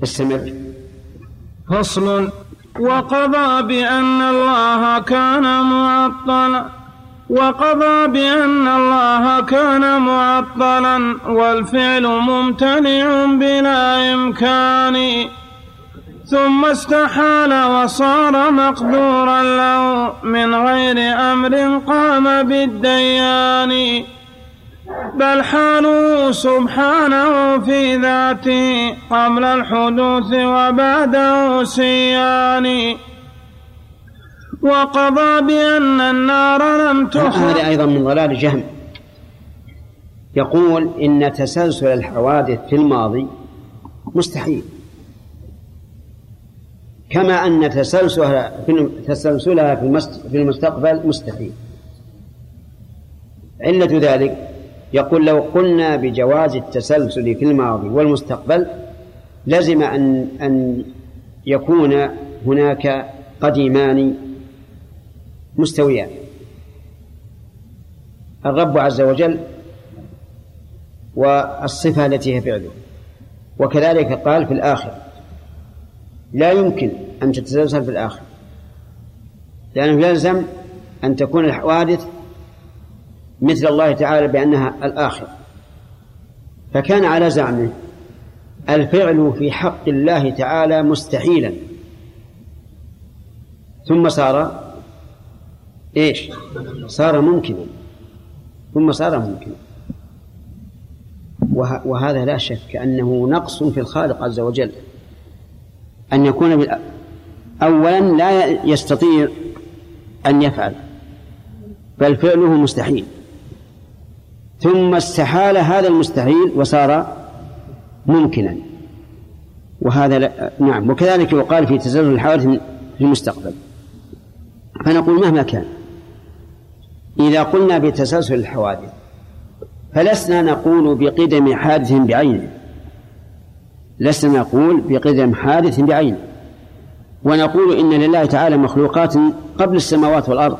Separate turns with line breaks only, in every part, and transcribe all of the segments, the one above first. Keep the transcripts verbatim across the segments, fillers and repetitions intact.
استمر.
فصل. وقضى بأن الله كان معطلا وقضى بأن الله كان معطلا والفعل ممتنع بلا إمكان، ثم استحال وصار مقدورا له من غير أمر قام بالديان، بل حاله سبحانه في ذاته قبل الحدوث وبعده سيان. وقضى بأن النار لم تخلق.
هذا أيضا من ضلال جهم، يقول إن تسلسل الحوادث في الماضي مستحيل، كما أن تسلسلها تسلسلها في المستقبل مستحيل. علة ذلك يقول لو قلنا بجواز التسلسل في الماضي والمستقبل لزم أن أن يكون هناك قديمان مستويان، الرب عز وجل والصفة التي هي فعله، وكذلك قال في الآخر لا يمكن أن تتسلسل في الآخر، لأنه يلزم أن تكون الحوادث مثل الله تعالى بأنها الآخر. فكان على زعمه الفعل في حق الله تعالى مستحيلا، ثم صار إيش؟ صار ممكنا، ثم صار ممكنا. وهذا لا شك أنه نقص في الخالق عز وجل، أن يكون أولا لا يستطيع أن يفعل بل فعله مستحيل، ثم استحال هذا المستحيل وصار ممكنا، وهذا لا... نعم. وكذلك يقال في تسلسل الحوادث في المستقبل. فنقول مهما كان إذا قلنا بتسلسل الحوادث فلسنا نقول بقدم حادث بعينه، لسنا نقول بقدم حادث بعينه، ونقول إن لله تعالى مخلوقات قبل السماوات والأرض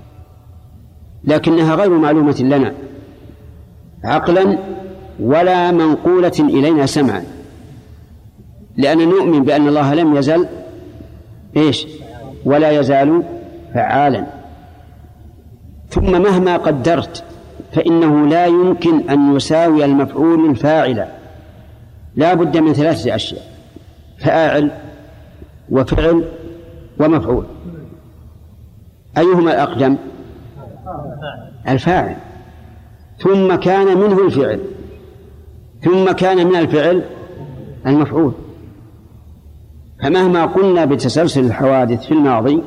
لكنها غير معلومة لنا عقلا ولا منقولة إلينا سمعا، لأننا نؤمن بأن الله لم يزل إيش ولا يزال فعالا. ثم مهما قدرت فإنه لا يمكن أن يساوي المفعول الفاعل، لا بد من ثلاثة أشياء: فاعل وفعل ومفعول. أيهما الأقدم؟ الفاعل، ثم كان منه الفعل، ثم كان من الفعل المفعول. فمهما قلنا بتسلسل الحوادث في الماضي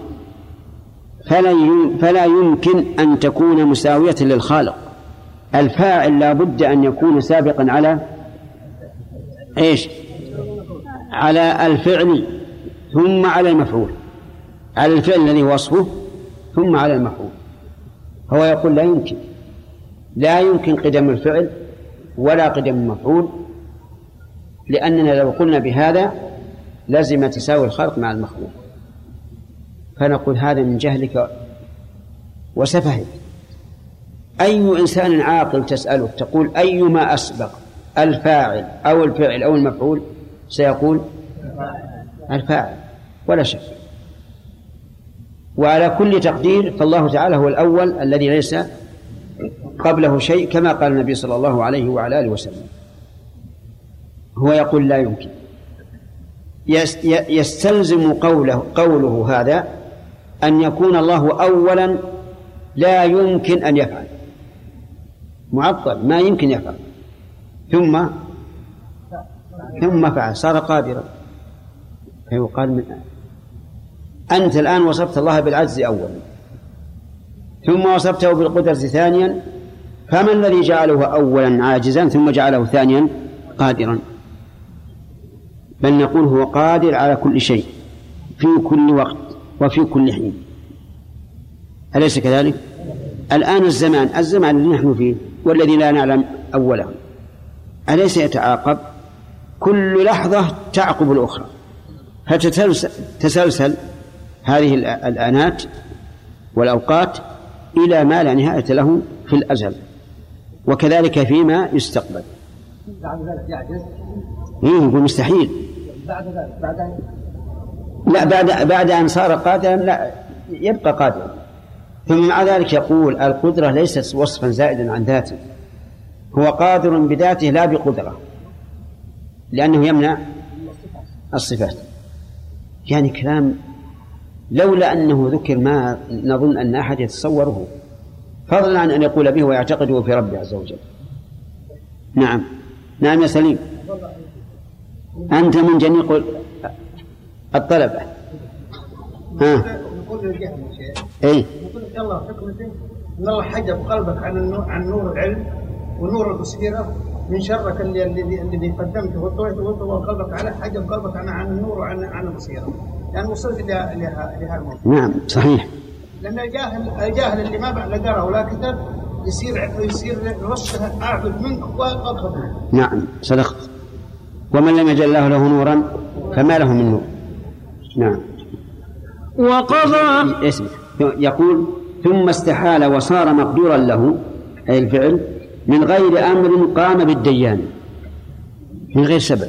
فلا يمكن أن تكون مساوية للخالق. الفاعل لا بد أن يكون سابقا على إيش؟ على الفعل ثم على المفعول، على الفعل الذي وصفه ثم على المفعول. هو يقول لا يمكن لا يمكن قدم الفعل ولا قدم المفعول، لأننا لو قلنا بهذا لازم تساوي الخلق مع المخلوق. فنقول هذا من جهلك وسفهك. أي إنسان عاقل تسأله تقول أيما أسبق الفاعل أو الفعل أو المفعول سيقول الفاعل ولا شك. وعلى كل تقدير فالله تعالى هو الأول الذي ليس قبله شيء، كما قال النبي صلى الله عليه وعلى آله وسلم. هو يقول لا يمكن، يستلزم قوله, قوله هذا أن يكون الله أولا لا يمكن أن يفعل، معطل ما يمكن يفعل، ثم ثم فعل صار قادرا. فيقال من أنت الآن وصفت الله بالعجز أولا ثم وصفته بالقدرة ثانيا، فما الذي جعله أولا عاجزا ثم جعله ثانيا قادرا؟ بل نقول هو قادر على كل شيء في كل وقت وفي كل حين، أليس كذلك؟ الآن الزمان الزمان الذي نحن فيه والذي لا نعلم أوله أليس يتعاقب؟ كل لحظة تعقب الأخرى، فتتسلسل هذه الآنات والأوقات إلى ما لا نهاية له في الأزل، وكذلك فيما يستقبل. يقول مستحيل
بعد ذلك بعد أن
لا بعد بعد أن صار قادرا لا يبقى قادرا. ثم مع ذلك يقول القدرة ليست وصفا زائدا عن ذاته، هو قادر بذاته لا بقدرة، لأنه يمنع الصفات. يعني كلام لولا أنه ذكر ما نظن أن أحد يتصوره، فضلا عن أن يقول به ويعتقده في ربه عز وجل. نعم نعم يا سليم، أنت من جميع الطلبة. ها
نقول للجهل يا شيخ،
إيه
نقول إن الله حكمته إن الله حجب قلبك عن النور، عن نور العلم ونور البصيرة من شرك اللي اللي اللي قدمته وطوعته وطوع قلبك على حجب قلبك عن عن النور وعن عن البصيرة، لأن وصلت لها لها لها الموت.
نعم صحيح.
لأن الجاهل الجاهل اللي ما بعد لا قرأ ولا كتب يصير يصير نفسه أعبد منك وأضبط منك.
نعم صدقت. ومن لم يجعل الله له نورا فما له من نور. نعم.
وقضى
يقول ثم استحال وصار مقدورا له أي الفعل من غير أمر قام بالديان، من غير سبب.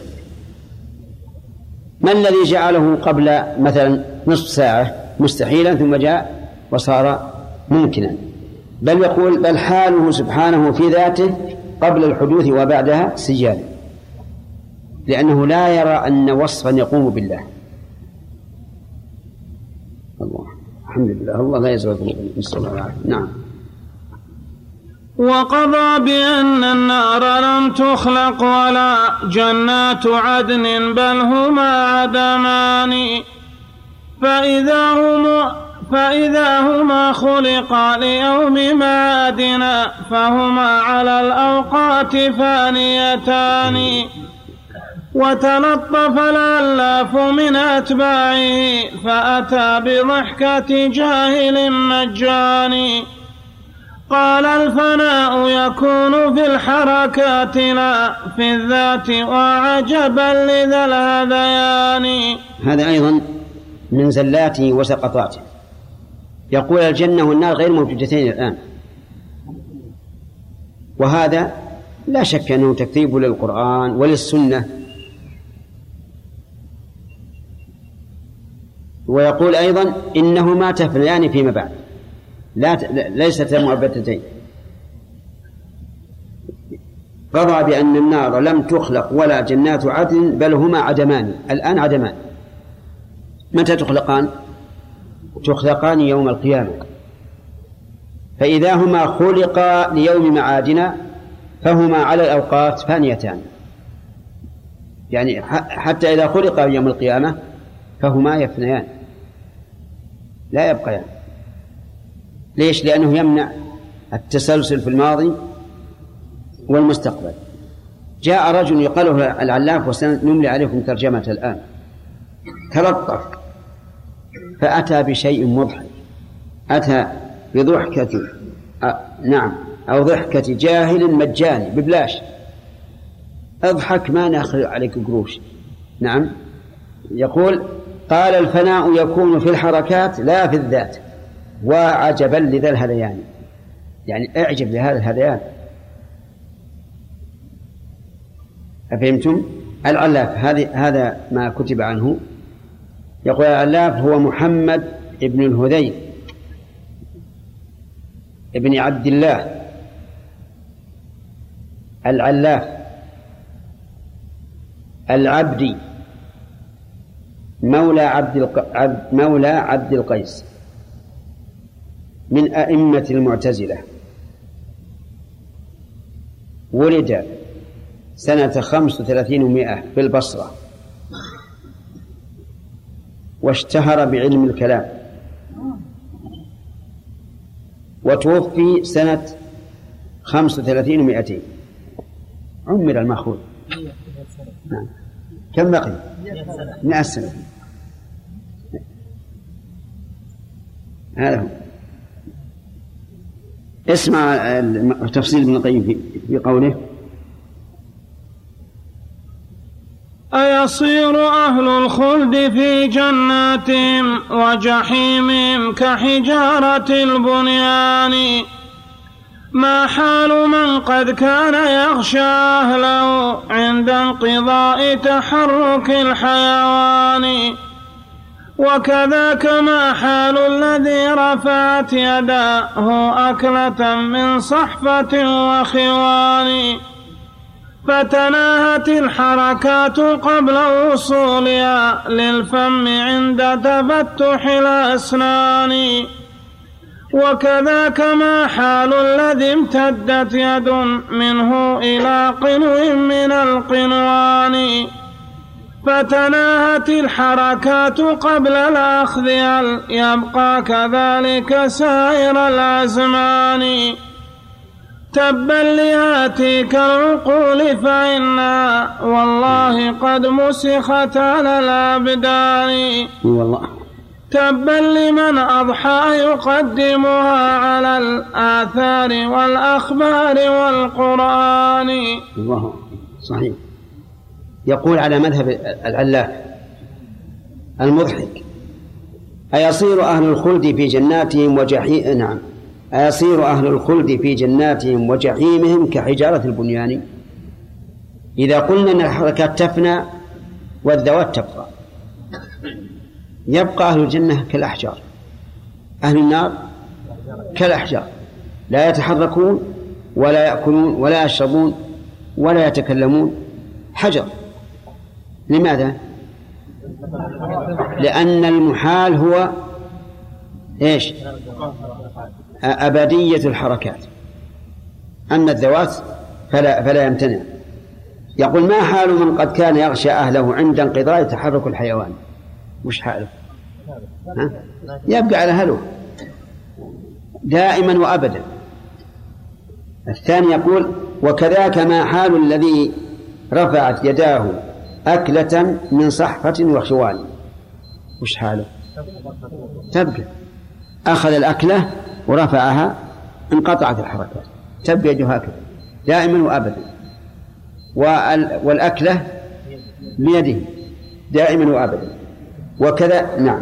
ما الذي جعله قبل مثلا نصف ساعة مستحيلا ثم جاء وصار ممكنا؟ بل يقول بل حاله سبحانه في ذاته قبل الحدوث وبعدها سجال، لأنه لا يرى أن وصفا يقوم بالله. الله الحمد لله، الله لا يزال ذنوبنا، نسأل الله العافية. نعم.
وقضى بأن النار لم تخلق ولا جنات عدن بل هما عدمان، فإذا هما, فإذا هما خلقا ليوم معادنا فهما على الأوقات فانيتان. وتلطف الألاف من أتباعه فأتى بضحكة جاهل مجاني. قال الفناء يكون في الحركات لا في الذات وعجبا لذا الهذيان.
هذا أيضا من زلاته وسقطاته. يقول الجنة والنار غير موجودتين الآن، وهذا لا شك أنه تكذيب للقرآن وللسنة. ويقول أيضا إنهما تفنيان فيما بعد، لا ليست مؤبدتين. قضى بأن النار لم تخلق ولا جنات عدن بل هما عدمان، الآن عدمان. متى تخلقان؟ تخلقان يوم القيامة. فإذا هما خلقا ليوم معادنا فهما على الأوقات فانيتان، يعني حتى إذا خلقا يوم القيامة فهما يفنيان لا يبقيان. ليش؟ لأنه يمنع التسلسل في الماضي والمستقبل. جاء رجل يقاله العلاف وسنملي عليكم ترجمة الآن، تلطف فأتى بشيء مضحك، أتى بضحكة أ... نعم أو ضحكة جاهل مجاني ببلاش. اضحك ما نأخذ عليك قروش. نعم. يقول قال الفناء يكون في الحركات لا في الذات وعجبا لذا الهذيان، يعني اعجب لهذا الهذيان. أفهمتم؟ العلاف هذه هذا ما كتب عنه. يقول العلاف هو محمد ابن الهذيل ابن عبد الله العلاف العبدي مولى عبد الق... عبد مولى عبد القيس من أئمة المعتزلة. ولد سنة خمس وثلاثين ومائة في البصرة، واشتهر بعلم الكلام، وتوفي سنة خمس وثلاثين ومائتين. عمر المأخوذ نعم. كم بقي؟ مئة سنة. هذا هو. اسمع تفصيل ابن القيم في قوله
أيصير أهل الخلد في جناتهم وجحيمهم كحجارة البنيان ما حال من قد كان يغشى أهله عند انقضاء تحرك الحيوان؟ وكذاك ما حال الذي رفعت يداه أكلة من صحفة وخوان فتناهت الحركات قبل وصولها للفم عند تفتح الأسنان. وكذاك ما حال الذي امتدت يد منه إلى قنو من القنوان فتناهت الحركات قبل الأخذ هل يبقى كذلك سائر الأزمان؟ تبا لهاتيك العقول فإنها والله قد مسخت على الأبدان.
والله
تبا لمن أضحى يقدمها على الآثار والأخبار والقرآن.
الله صحيح. يقول على مذهب العلاف المضحك: أيصير أهل الخلد في جناتهم وجحيم نعم أيصير أهل الخلد في جناتهم وجحيمهم كحجارة البنيان؟ إذا قلنا أن الحركات تفنى والذوات تبقى، يبقى أهل الجنة كالأحجار، أهل النار كالأحجار، لا يتحركون ولا يأكلون ولا يشربون ولا يتكلمون، حجر. لماذا؟ لأن المحال هو إيش؟ أبدية الحركات، أما الذوات فلا, فلا يمتنع. يقول: ما حال من قد كان يغشى أهله عند انقضاء تحرك الحيوان؟ مش حاله؟ ها؟ يبقى على هله دائما وأبدا. الثاني يقول: وكذاك ما حال الذي رفعت يداه أكلة من صحفة وخوان؟ مش حاله؟ تبقى. أخذ الأكلة ورفعها انقطعت الحركات، تبقى يده هكذا دائما وأبدا. والأكلة بيده دائما وأبدا. وكذا نعم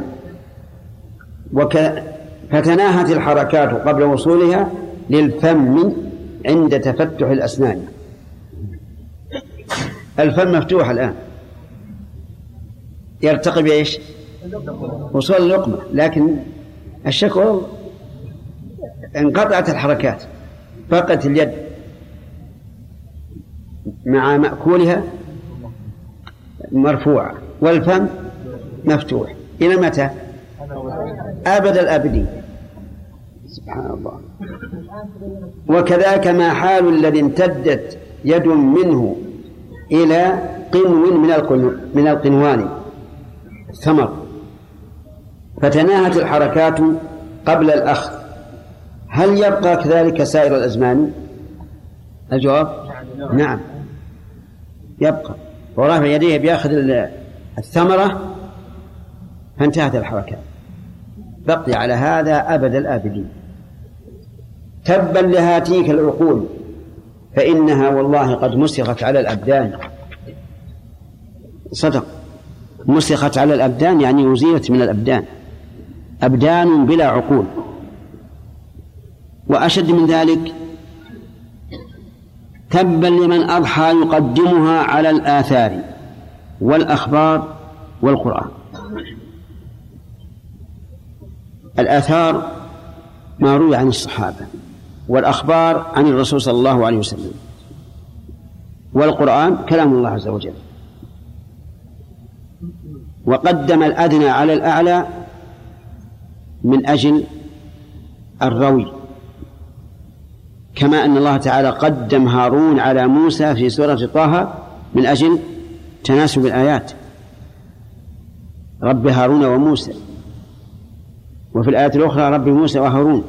وكذا فتناهت الحركات قبل وصولها للفم عند تفتح الأسنان. الفم مفتوح الآن، يرتقي بإيش؟ وصول اللقمة، لكن الشكوى انقطعت الحركات، بقت اليد مع مأكولها مرفوعة والفم مفتوح. إلى متى؟ أبد الآبدين. سبحان الله. وكذاك ما حال الذي امتدت يد منه إلى قنو من القنوان الثمر فتناهت الحركات قبل الأخذ، هل يبقى كذلك سائر الأزمان؟ الجواب: نعم يبقى. ورافع يديه بيأخذ الثمرة فانتهت الحركات، بقي على هذا أبد الآبدين. تبا لهاتيك العقول فإنها والله قد مسخت على الأبدان. صدق، مسخت على الأبدان يعني أزيلت من الأبدان، أبدان بلا عقول. وأشد من ذلك: تبا لمن أضحى يقدمها على الآثار والأخبار والقرآن. الآثار ما روي عن الصحابة، والأخبار عن الرسول صلى الله عليه وسلم، والقرآن كلام الله عز وجل. وقدم الأدنى على الأعلى من أجل الروي، كما أن الله تعالى قدم هارون على موسى في سورة طه من أجل تناسب الآيات، رب هارون وموسى، وفي الآية الأخرى رب موسى وهارون.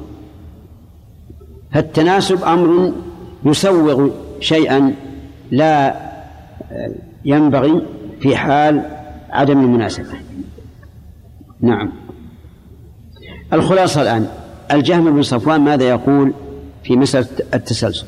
فالتناسب أمر يسوغ شيئا لا ينبغي في حال عدم المناسبة. نعم. الخلاصة الآن: الجهم بن صفوان ماذا يقول في مسألة التسلسل؟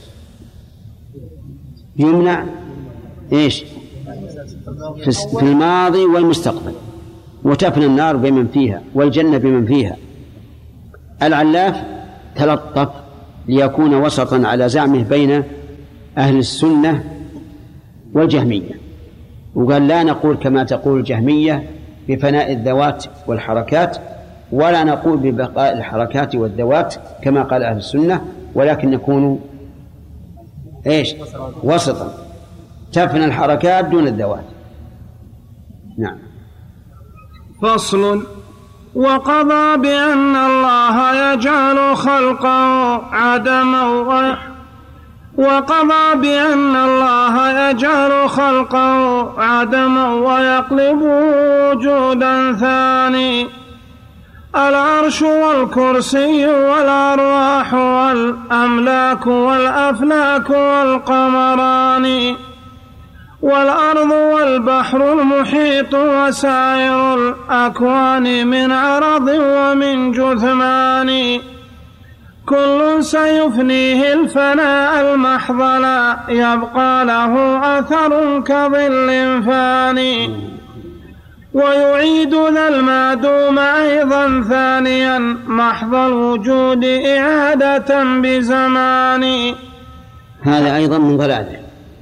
يمنع إيش؟ في الماضي والمستقبل، وتفنى النار بمن فيها والجنة بمن فيها. العلاف تلطف ليكون وسطا على زعمه بين أهل السنة والجهمية، وقال لا نقول كما تقول الجهمية بفناء الذوات والحركات، ولا نقول ببقاء الحركات والذوات كما قال أهل السنة، ولكن نكون إيش؟ وسطا، تفنى الحركات دون الذوات. نعم.
فصل. وقضى بأن الله يجعل خلقه عدما و... وقضى بأن الله يجعل خلقه عدما ويقلب وجودا ثاني، العرش والكرسي والأرواح والأملاك والأفلاك والقمران والأرض والبحر المحيط وسائر الأكوان من عرض ومن جثمان، كل سيفنيه الفناء المحض لا يبقى له أثر كظل فاني، ويعيد ذا المعدوم أيضا ثانيا محض الوجود إعادة بزمان.
هذا أيضا من ضلاله.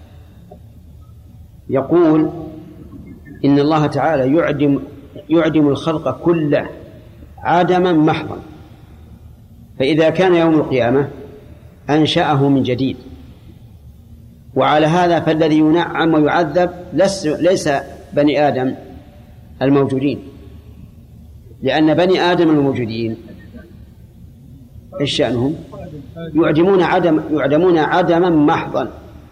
يقول إن الله تعالى يعدم, يعدم الخلق كله عدما محضا، فإذا كان يوم القيامة أنشأه من جديد، وعلى هذا فالذي ينعم ويعذب ليس بني آدم الموجودين، لأن بني آدم الموجودين إيش شأنهم؟ يعدمون عدم يعدمون عدما محضا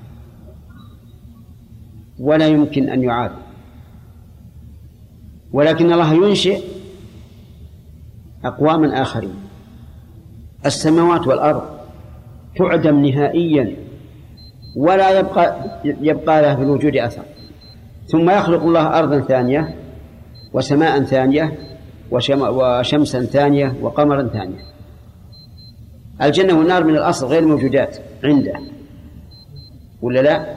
ولا يمكن أن يعاد، ولكن الله ينشئ أقواما آخرين. السماوات والأرض تعدم نهائيا ولا يبقى يبقى لها في الوجود أثر، ثم يخلق الله أرضا ثانية وسماء ثانية وشمسا ثانية وقمرا ثانية. الجنة والنار من الأصل غير موجودات عنده ولا لا؟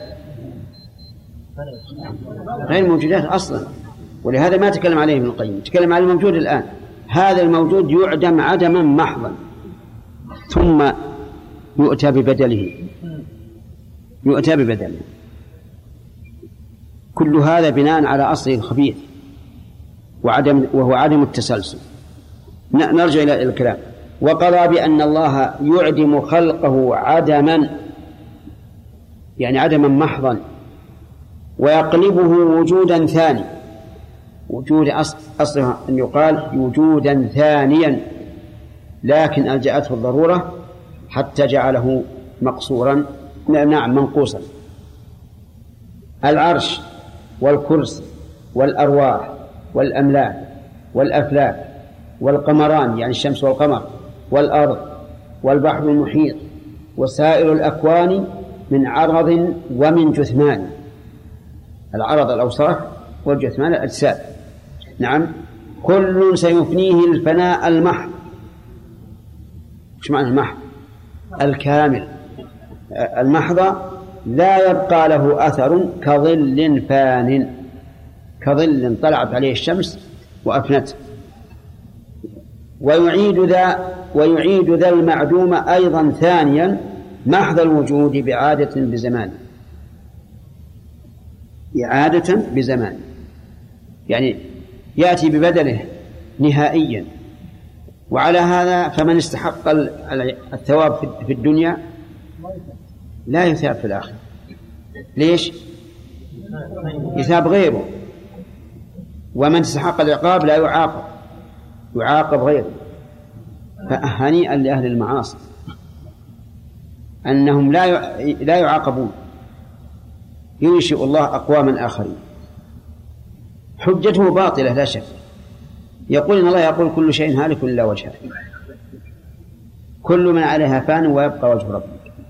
غير موجودات أصلا، ولهذا ما تكلم عليه ابن القيم، تكلم على الموجود الآن. هذا الموجود يعدم عدما محضا ثم يؤتى ببدله يؤتى ببدله كل هذا بناء على أصله الخبيث وعدم وهو عدم التسلسل. نرجع إلى الكلام. وقضى بأن الله يعدم خلقه عدما، يعني عدما محضا، ويقلبه وجودا ثاني. وجود أصلها أن يقال وجودا ثانيا، لكن ألجأته الضرورة حتى جعله مقصورا، نعم منقوصا. العرش والكرسي والأرواح والأملاك والأفلاك والقمران، يعني الشمس والقمر، والأرض والبحر المحيط وسائر الأكوان من عرض ومن جثمان. العرض الأوصاف والجثمان الأجساد. نعم. كل سيفنيه الفناء المحض. ايش معنى المحض؟ الكامل. المحض لا يبقى له أثر كظل فان، كظل طلعت عليه الشمس وأفنته. ويعيد ذا ويعيد ذا المعدوم أيضا ثانيا محض الوجود بإعادة بزمان، إعادة بزمان، يعني يأتي ببدله نهائيا. وعلى هذا فمن استحق الثواب في الدنيا لا يثاب في الآخرة. ليش؟ يثاب غيره. ومن استحق العقاب لا يعاقب، يعاقب غيره. فهنيئا لأهل المعاصي أنهم لا لا يعاقبون، ينشئ الله أقواما آخرين. حجته باطلة لا شك. يقول إن الله يقول كل شيء هالك إلا وجهه، كل من عليها فان ويبقى وجه ربك.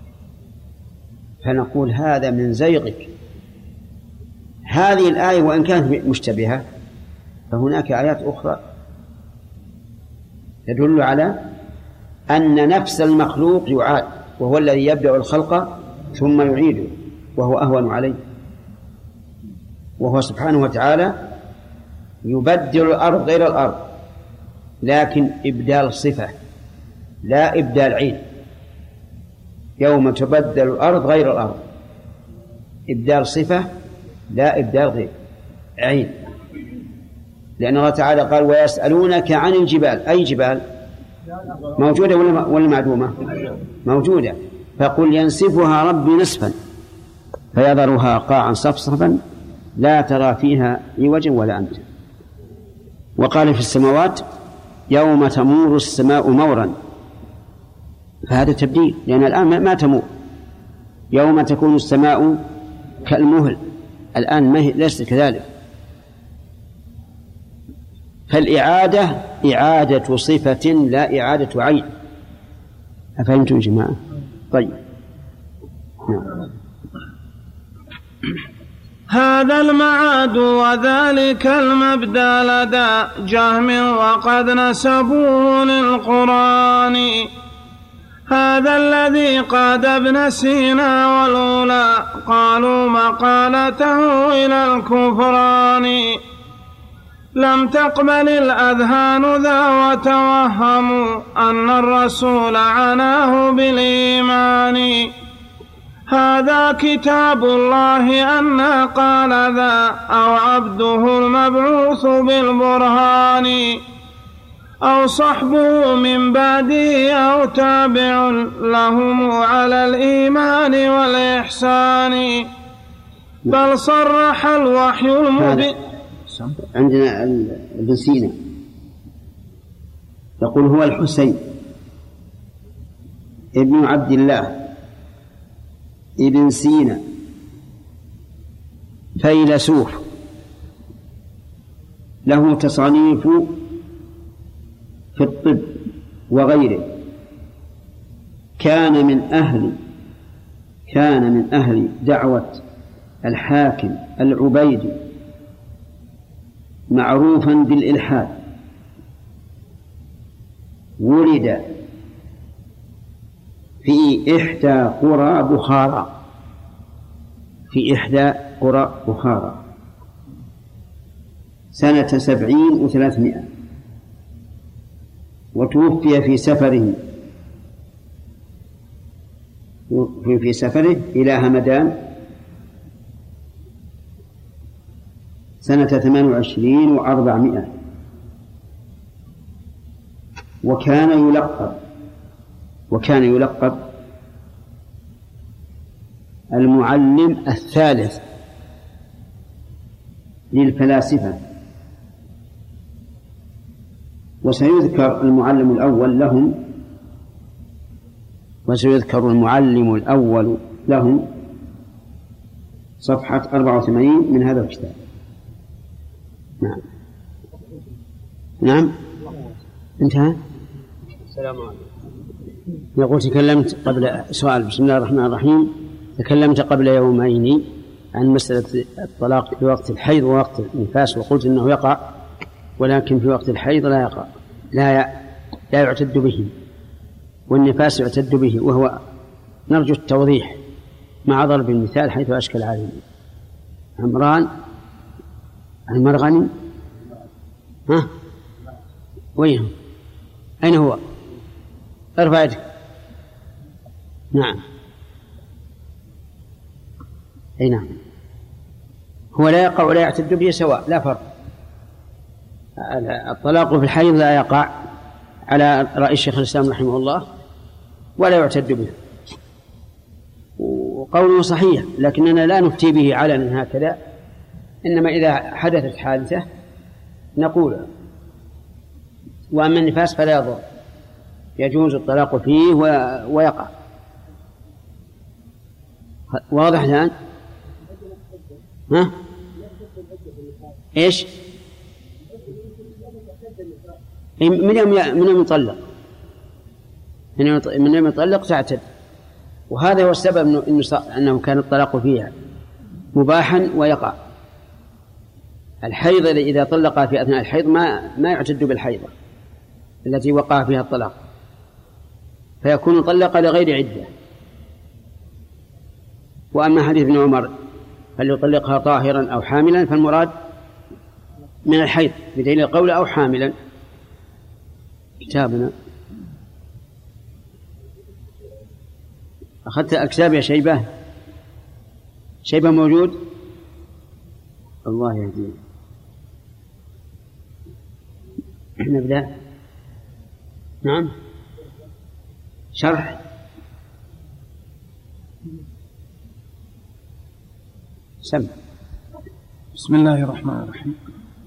فنقول هذا من زيغك. هذه الآية وإن كانت مشتبهة فهناك آيات أخرى تدل على أن نفس المخلوق يعاد، وهو الذي يبدأ الخلق ثم يعيده، وهو أهون عليه. وهو سبحانه وتعالى يبدل الأرض غير الأرض، لكن إبدال صفة لا إبدال عين. يوم تبدل الأرض غير الأرض، إبدال صفة لا إبدال غير عين، لأن الله تعالى قال ويسألونك عن الجبال، أي جبال؟ موجودة ولا معدومة؟ موجودة. فقل ينسفها ربي نسفا فيذرها قاعا صفصفا لا ترى فيها عوجا ولا أمتا. وقال في السماوات يوم تمور السماء مورا، فهذا تبديل، لأن الآن ما تمور. يوم تكون السماء كالمهل، الآن ما هي ليست كذلك. فالإعادة إعادة صفة لا إعادة عين. أفهمتم يا جماعة؟ طيب. نعم.
هذا المعاد وذلك المبدأ لدى جهم وقد نسبوه للقرآن. هذا الذي قاد ابن سينا والأولى قالوا مقالته إلى الكفران. لم تقبل الأذهان ذا وتوهموا أن الرسول عناه بالإيمان. هذا كتاب الله أن قال ذا أو عبده المبعوث بالبرهان أو صحبه من بعده أو تابع لهم على الإيمان والإحسان. بل صرح الوحي المبين.
عندنا ابن سينا يقول هو الحسين ابن عبد الله ابن سينا فيلسوف له تصانيف في الطب وغيره. كان من أهل كان من أهل دعوة الحاكم العبيدي، معروفا بالإلحاد. ولد في إحدى قرى بخارى في إحدى قرى بخارى سنة سبعين وثلاثمائة، وتوفي في سفره في سفره إلى همدان سنة ثمان وعشرين وأربعمائة. وكان يلقب وكان يلقب المعلم الثالث للفلاسفة. وسيذكر المعلم الأول لهم وسيذكر المعلم الأول لهم صفحة أربعة وثمانين من هذا الكتاب. نعم نعم انتهى. السلام عليكم. يقول تكلمت قبل سؤال. بسم الله الرحمن الرحيم. تكلمت قبل يومين عن مسألة الطلاق في وقت الحيض ووقت النفاس، وقلت إنه يقع، ولكن في وقت الحيض لا يقع، لا لا يعتد به، والنفاس يعتد به، وهو نرجو التوضيح مع ضرب المثال حيث أشكل عليه. عمران المرغني ها وين أين هو؟ ارفع يدك. نعم أي نعم. هو لا يقع ولا يعتد به سواء، لا فرق. الطلاق في الحيض لا يقع على رأي الشيخ الإسلام رحمه الله ولا يعتد به، وقوله صحيح، لكننا لا نفتي به علنا هكذا، إنما إذا حدثت حادثة نقول. وأما النفاس فلا يضر، يجوز الطلاق فيه ويقع. واضح الآن؟ ها؟ إيش؟ من يوم من يوم يطلق من يوم يطلق تعتد. وهذا هو السبب أنه كان الطلاق فيها مباحا ويقع. الحيض إذا طلق في أثناء الحيض ما ما يعتد بالحيضة التي وقع فيها الطلاق، فيكون طلق لغير عدة. وأما حديث ابن عمر هل يطلقها طاهرا أو حاملا فالمراد من الحيض بدليل القول أو حاملا. كتابنا أخذت الأكتاب يا شيبة؟ شيبة موجود؟ الله يهديه. نبدأ. نعم شرح. سم.
بسم الله الرحمن الرحيم.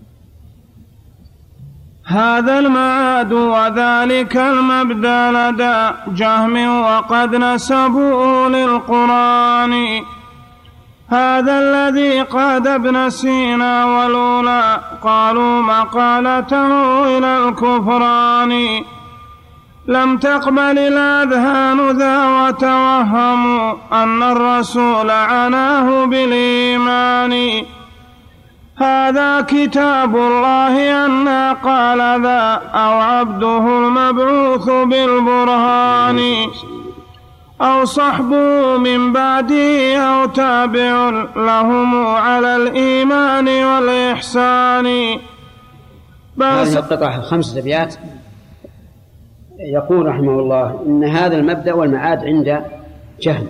هذا المعاد وذلك المبدأ لدى جهم وقد نسبوه للقرآن. هذا الذي قاد ابن سينا والأولى قالوا مقالته إلى الكفران. لم تقبل الأذهان ذا وتوهموا أن الرسول عناه بالإيمان. هذا كتاب الله أن قال ذا أو عبده المبعوث بالبرهان أو صحبه من بعده أو تابع لهم على الإيمان والإحسان.
هذه القطعة خمسة أبيات يقول رحمه الله إن هذا المبدأ والمعاد عند جهم،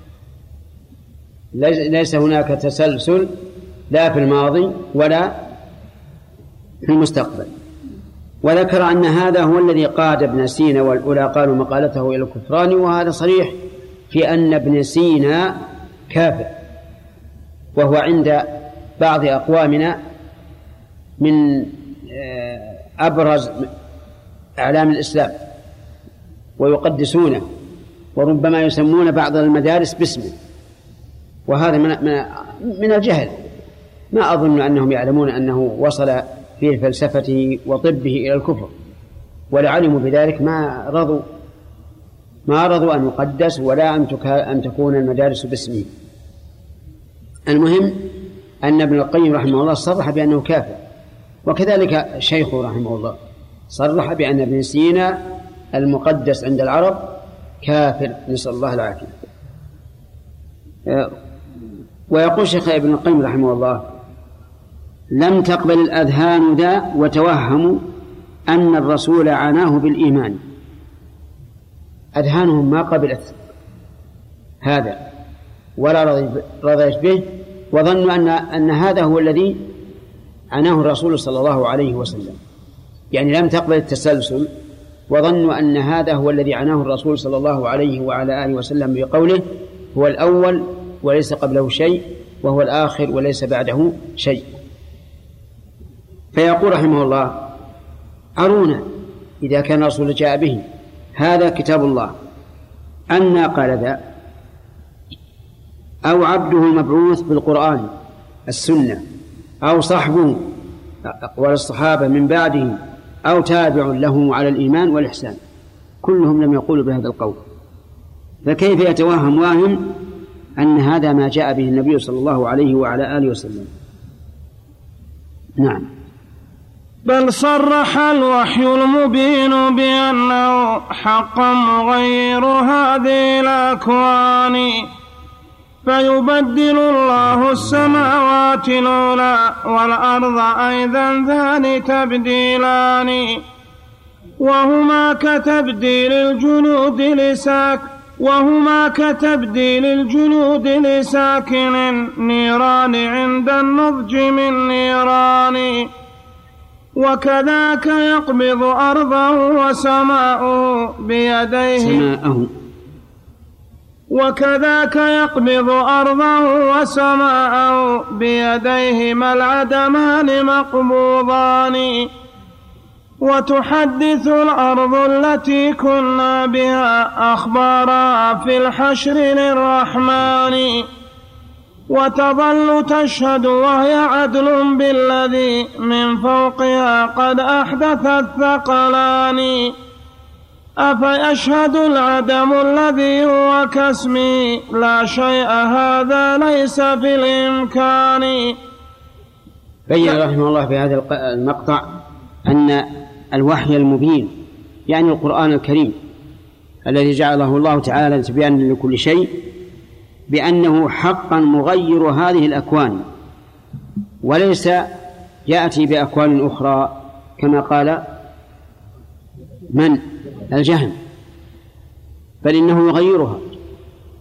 ليس هناك تسلسل لا في الماضي ولا في المستقبل. وذكر أن هذا هو الذي قاد ابن سينا والأولى قالوا مقالته إلى الكفران، وهذا صريح في أن ابن سينا كافر، وهو عند بعض أقوامنا من أبرز أعلام الإسلام ويقدسونه، وربما يسمون بعض المدارس باسمه، وهذا من, من الجهل. ما أظن أنهم يعلمون أنه وصل في فلسفته وطبه إلى الكفر، ولعلموا بذلك ما رضوا ما رضوا أن يقدس ولا أن تكون المدارس باسمه. المهم أن ابن القيم رحمه الله صرح بأنه كافر، وكذلك شيخه رحمه الله صرح بأن ابن سينا المقدس عند العرب كافر، نسأل الله العافية. ويقول شيخ ابن القيم رحمه الله لم تقبل الأذهان ذا وتوهموا أن الرسول عناه بالإيمان. أذهانهم ما قبلت هذا ولا رضيت به، وظنوا أن, أن هذا هو الذي عناه الرسول صلى الله عليه وسلم، يعني لم تقبل التسلسل، وظنوا أن هذا هو الذي عناه الرسول صلى الله عليه وعلى آله وسلم بقوله هو الأول وليس قبله شيء، وهو الآخر وليس بعده شيء. فيقول رحمه الله أرونا إذا كان الرسول جاء به هذا كتاب الله أن قال ذا أو عبده المبعوث بالقرآن السنة أو صحبه أقوال الصحابة من بعده أو تابع له على الإيمان والإحسان، كلهم لم يقولوا بهذا القول، فكيف يتوهم واهم أن هذا ما جاء به النبي صلى الله عليه وعلى آله وسلم؟ نعم.
بل صرح الوحي المبين بأنه حقا مغير هذه الأكوان، فيبدل الله السماوات الأولى والأرض أيضا ذان تبديلان، وهما كتبديل الجنود لساك وهما كتبديل الجنود لساكن النيران عند النضج من نيران، وكذاك يقبض أرضه وسماءه بيديه
سماءه
وكذاك يقبض أرضه وسماءه بيديهما العدمان مقبوضان، وتحدث الأرض التي كنا بها أخبارها في الحشر للرحمن، وتظل تشهد وهي عدل بالذي من فوقها قد أحدث الثقلان، أفيشهد العدم الذي هو كاسمي لا شيء هذا ليس في الإمكان.
بين رحمه الله في هذا المقطع أن الوحي المبين يعني القرآن الكريم الذي جعله الله تعالى تبيانا لكل شيء بأنه حقا مغير هذه الأكوان، وليس يأتي بأكوان أخرى كما قال من الجهم، بل إنه يغيرها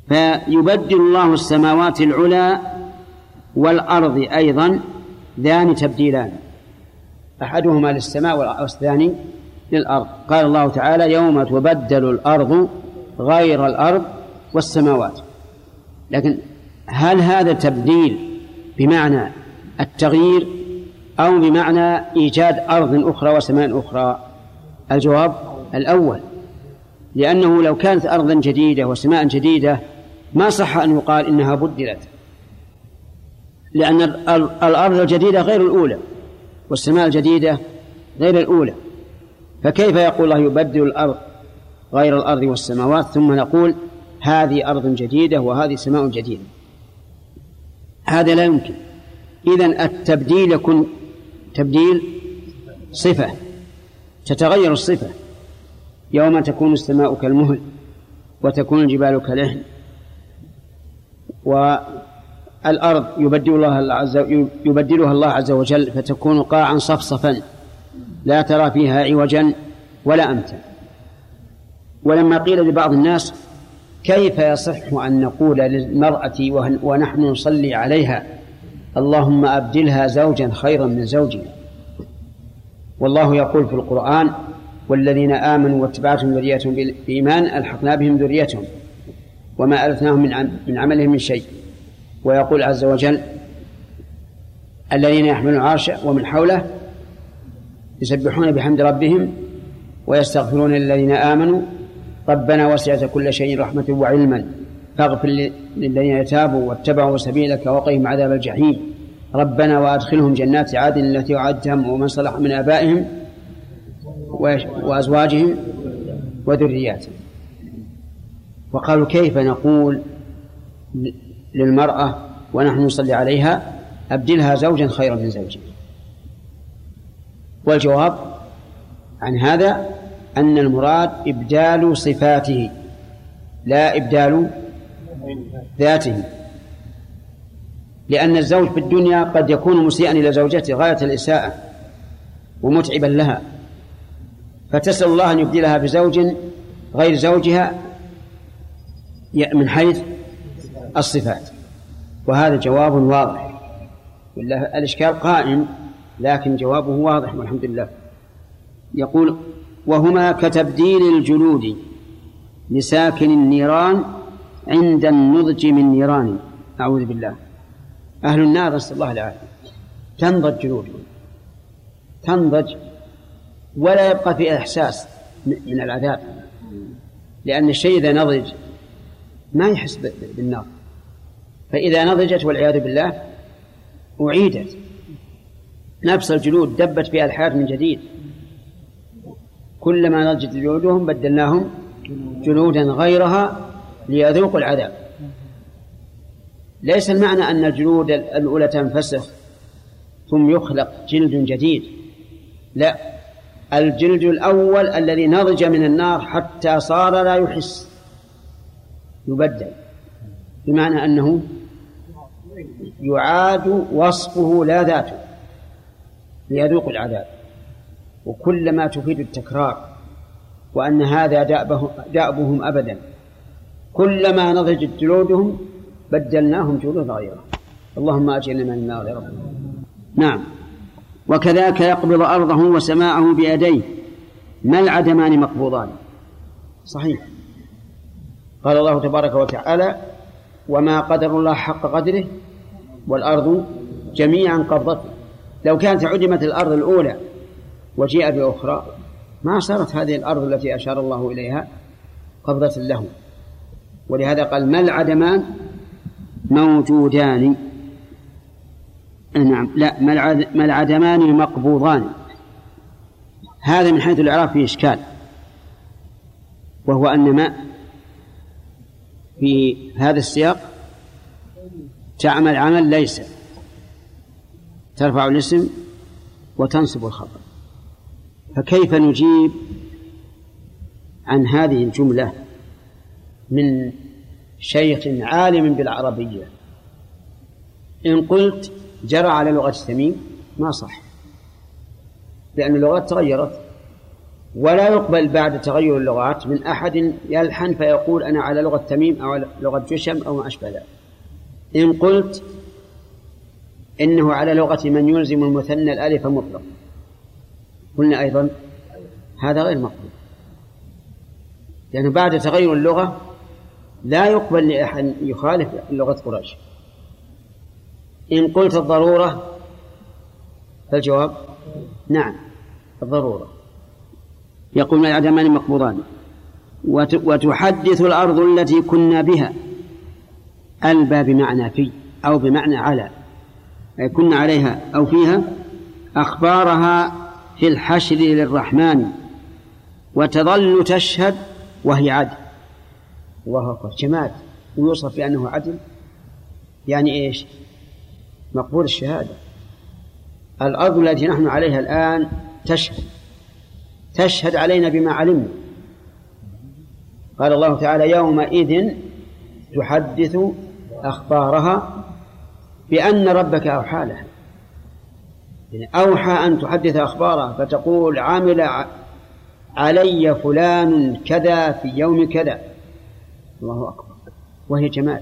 فيبدل الله السماوات العلى والأرض أيضا ذان تبديلان، أحدهما للسماء والثاني للأرض. قال الله تعالى: يوم تبدل الأرض غير الأرض والسماوات. لكن هل هذا تبديل بمعنى التغيير أو بمعنى إيجاد أرض أخرى وسماء أخرى؟ الجواب الأول، لأنه لو كانت أرضا جديدة وسماء جديدة ما صح أن يقال إنها بدلت، لأن الأرض الجديدة غير الأولى والسماء الجديدة غير الأولى، فكيف يقول الله يبدل الأرض غير الأرض والسماوات ثم نقول هذه أرض جديدة وهذه سماء جديدة؟ هذا لا يمكن. إذن التبديل يكون تبديل صفة، تتغير الصفة. يوم تكون السماء كالمهل وتكون الجبال كالعهن، والأرض يبدل الله عز يبدلها الله عز وجل فتكون قاعا صفصفا لا ترى فيها عوجا ولا أمتا. ولما قيل لبعض الناس: كيف يصح أن نقول للمرأة ونحن نصلي عليها اللهم أبدلها زوجا خيرا من زوجها، والله يقول في القرآن: والذين آمنوا واتبعتهم ذريتهم بإيمان ألحقنا بهم ذريتهم وما ألتناهم من عملهم من شيء. ويقول عز وجل: الذين يحملون العرش ومن حوله يسبحون بحمد ربهم ويستغفرون للذين آمنوا ربنا وسعت كل شيء رحمة وعلما فاغفر للذين تابوا واتبعوا سبيلك وقهم عذاب الجحيم ربنا وأدخلهم جنات عدن التي وعدتهم ومن صلح من آبائهم وأزواجهم وذرياتهم. وقالوا: كيف نقول للمرأة ونحن نصلي عليها أبدلها زوجا خيرا من زوجها؟ والجواب عن هذا أن المراد إبدال صفاته لا إبدال ذاته، لأن الزوج في الدنيا قد يكون مسيئا إلى زوجته غاية الإساءة ومتعبا لها، فتسأل الله أن يبدلها بزوج غير زوجها من حيث الصفات. وهذا جواب واضح، الإشكال قائم لكن جوابه واضح والحمد لله. يقول: وهما كتبديل الجلود لساكن النيران عند النضج من نيران. أعوذ بالله. أهل النار نسأل الله العافية تنضج جلودهم، تنضج ولا يبقى في إحساس من العذاب، لأن الشيء إذا نضج ما يحس بالنار، فإذا نضجت والعياذ بالله أعيدت نفس الجلود دبت فيها الحياة من جديد. كلما نضجت جلودهم بدلناهم جلودا غيرها ليذوقوا العذاب. ليس المعنى أن الجلود الأولى تنفسخ ثم يخلق جلد جديد، لا، الجلد الأول الذي نضج من النار حتى صار لا يحس يبدل، بمعنى أنه يعاد وصفه لا ذاته ليذوق العذاب. وكلما تفيد التكرار وأن هذا دأبه دأبهم أبدا، كلما نضجت جلودهم بدلناهم جلود غيرها. اللهم أجلنا من النار يا رب. نعم. وكذاك يقبض أرضه وسماءه بيديه ما العدمان مقبوضان. صحيح. قال الله تبارك وتعالى: وما قدر الله حق قدره والأرض جميعا قبضته. لو كانت عدمت الأرض الأولى وجيء بأخرى ما صارت هذه الأرض التي أشار الله إليها قبضة له. ولهذا قال: ما العدمان موجودان. نعم، لا، ما العدمان مقبوضان. هذا من حيث الإعراب فيه إشكال، وهو أن ما في هذا السياق تعمل عمل ليس، ترفع الاسم وتنصب الخبر، فكيف نجيب عن هذه الجملة من شيخ عالم بالعربية؟ إن قلت جرى على لغة التميم ما صح، لأن اللغات تغيرت ولا يقبل بعد تغير اللغات من أحد يلحن فيقول أنا على لغة تميم أو على لغة جشم أو ما أشبه ذلك. إن قلت إنه على لغة من يلزم المثنى الألف مطلق قلنا أيضا هذا غير مقبول، لأنه بعد تغير اللغة لا يقبل لأحد يخالف لغة قريش. إن قلت الضرورة فالجواب نعم الضرورة. يقول العدمان مقبوران. وتحدث الأرض التي كنا بها، ألبى بمعنى في أو بمعنى على، أي كنا عليها أو فيها، أخبارها في الحشر للرحمن وتظل تشهد وهي عدل. الله أكبر، جمال ويوصف بأنه عدل، يعني إيش؟ مقبول الشهادة. الأرض التي نحن عليها الآن تشهد تشهد علينا بما علمنا. قال الله تعالى يومئذ تحدث أخبارها بأن ربك أوحى لها، يعني أوحى أن تحدث أخبارها فتقول عمل علي فلان كذا في يوم كذا. الله أكبر، وهي جمال.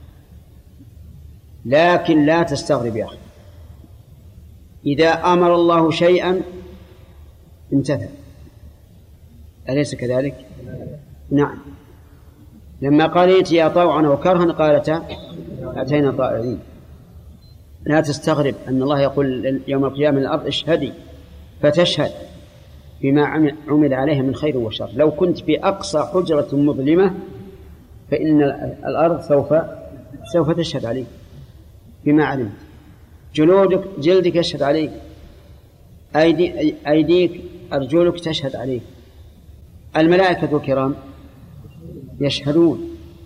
لكن لا تستغرب يا أخي، إذا أمر الله شيئا امتثل، أليس كذلك؟ نعم. لما قال ائتيا طوعا وكرها قالتا أتينا طائعين. لا تستغرب أن الله يقول يوم القيامة الأرض اشهدي فتشهد بما عمل عليها من خير وشر. لو كنت في أقصى حجرة مظلمة فإن الأرض سوف سوف تشهد عليك بما علمت. جلودك جلدك يشهد عليك، أيدي أيديك أرجلك تشهد عليك، الملائكة الكرام يشهدون،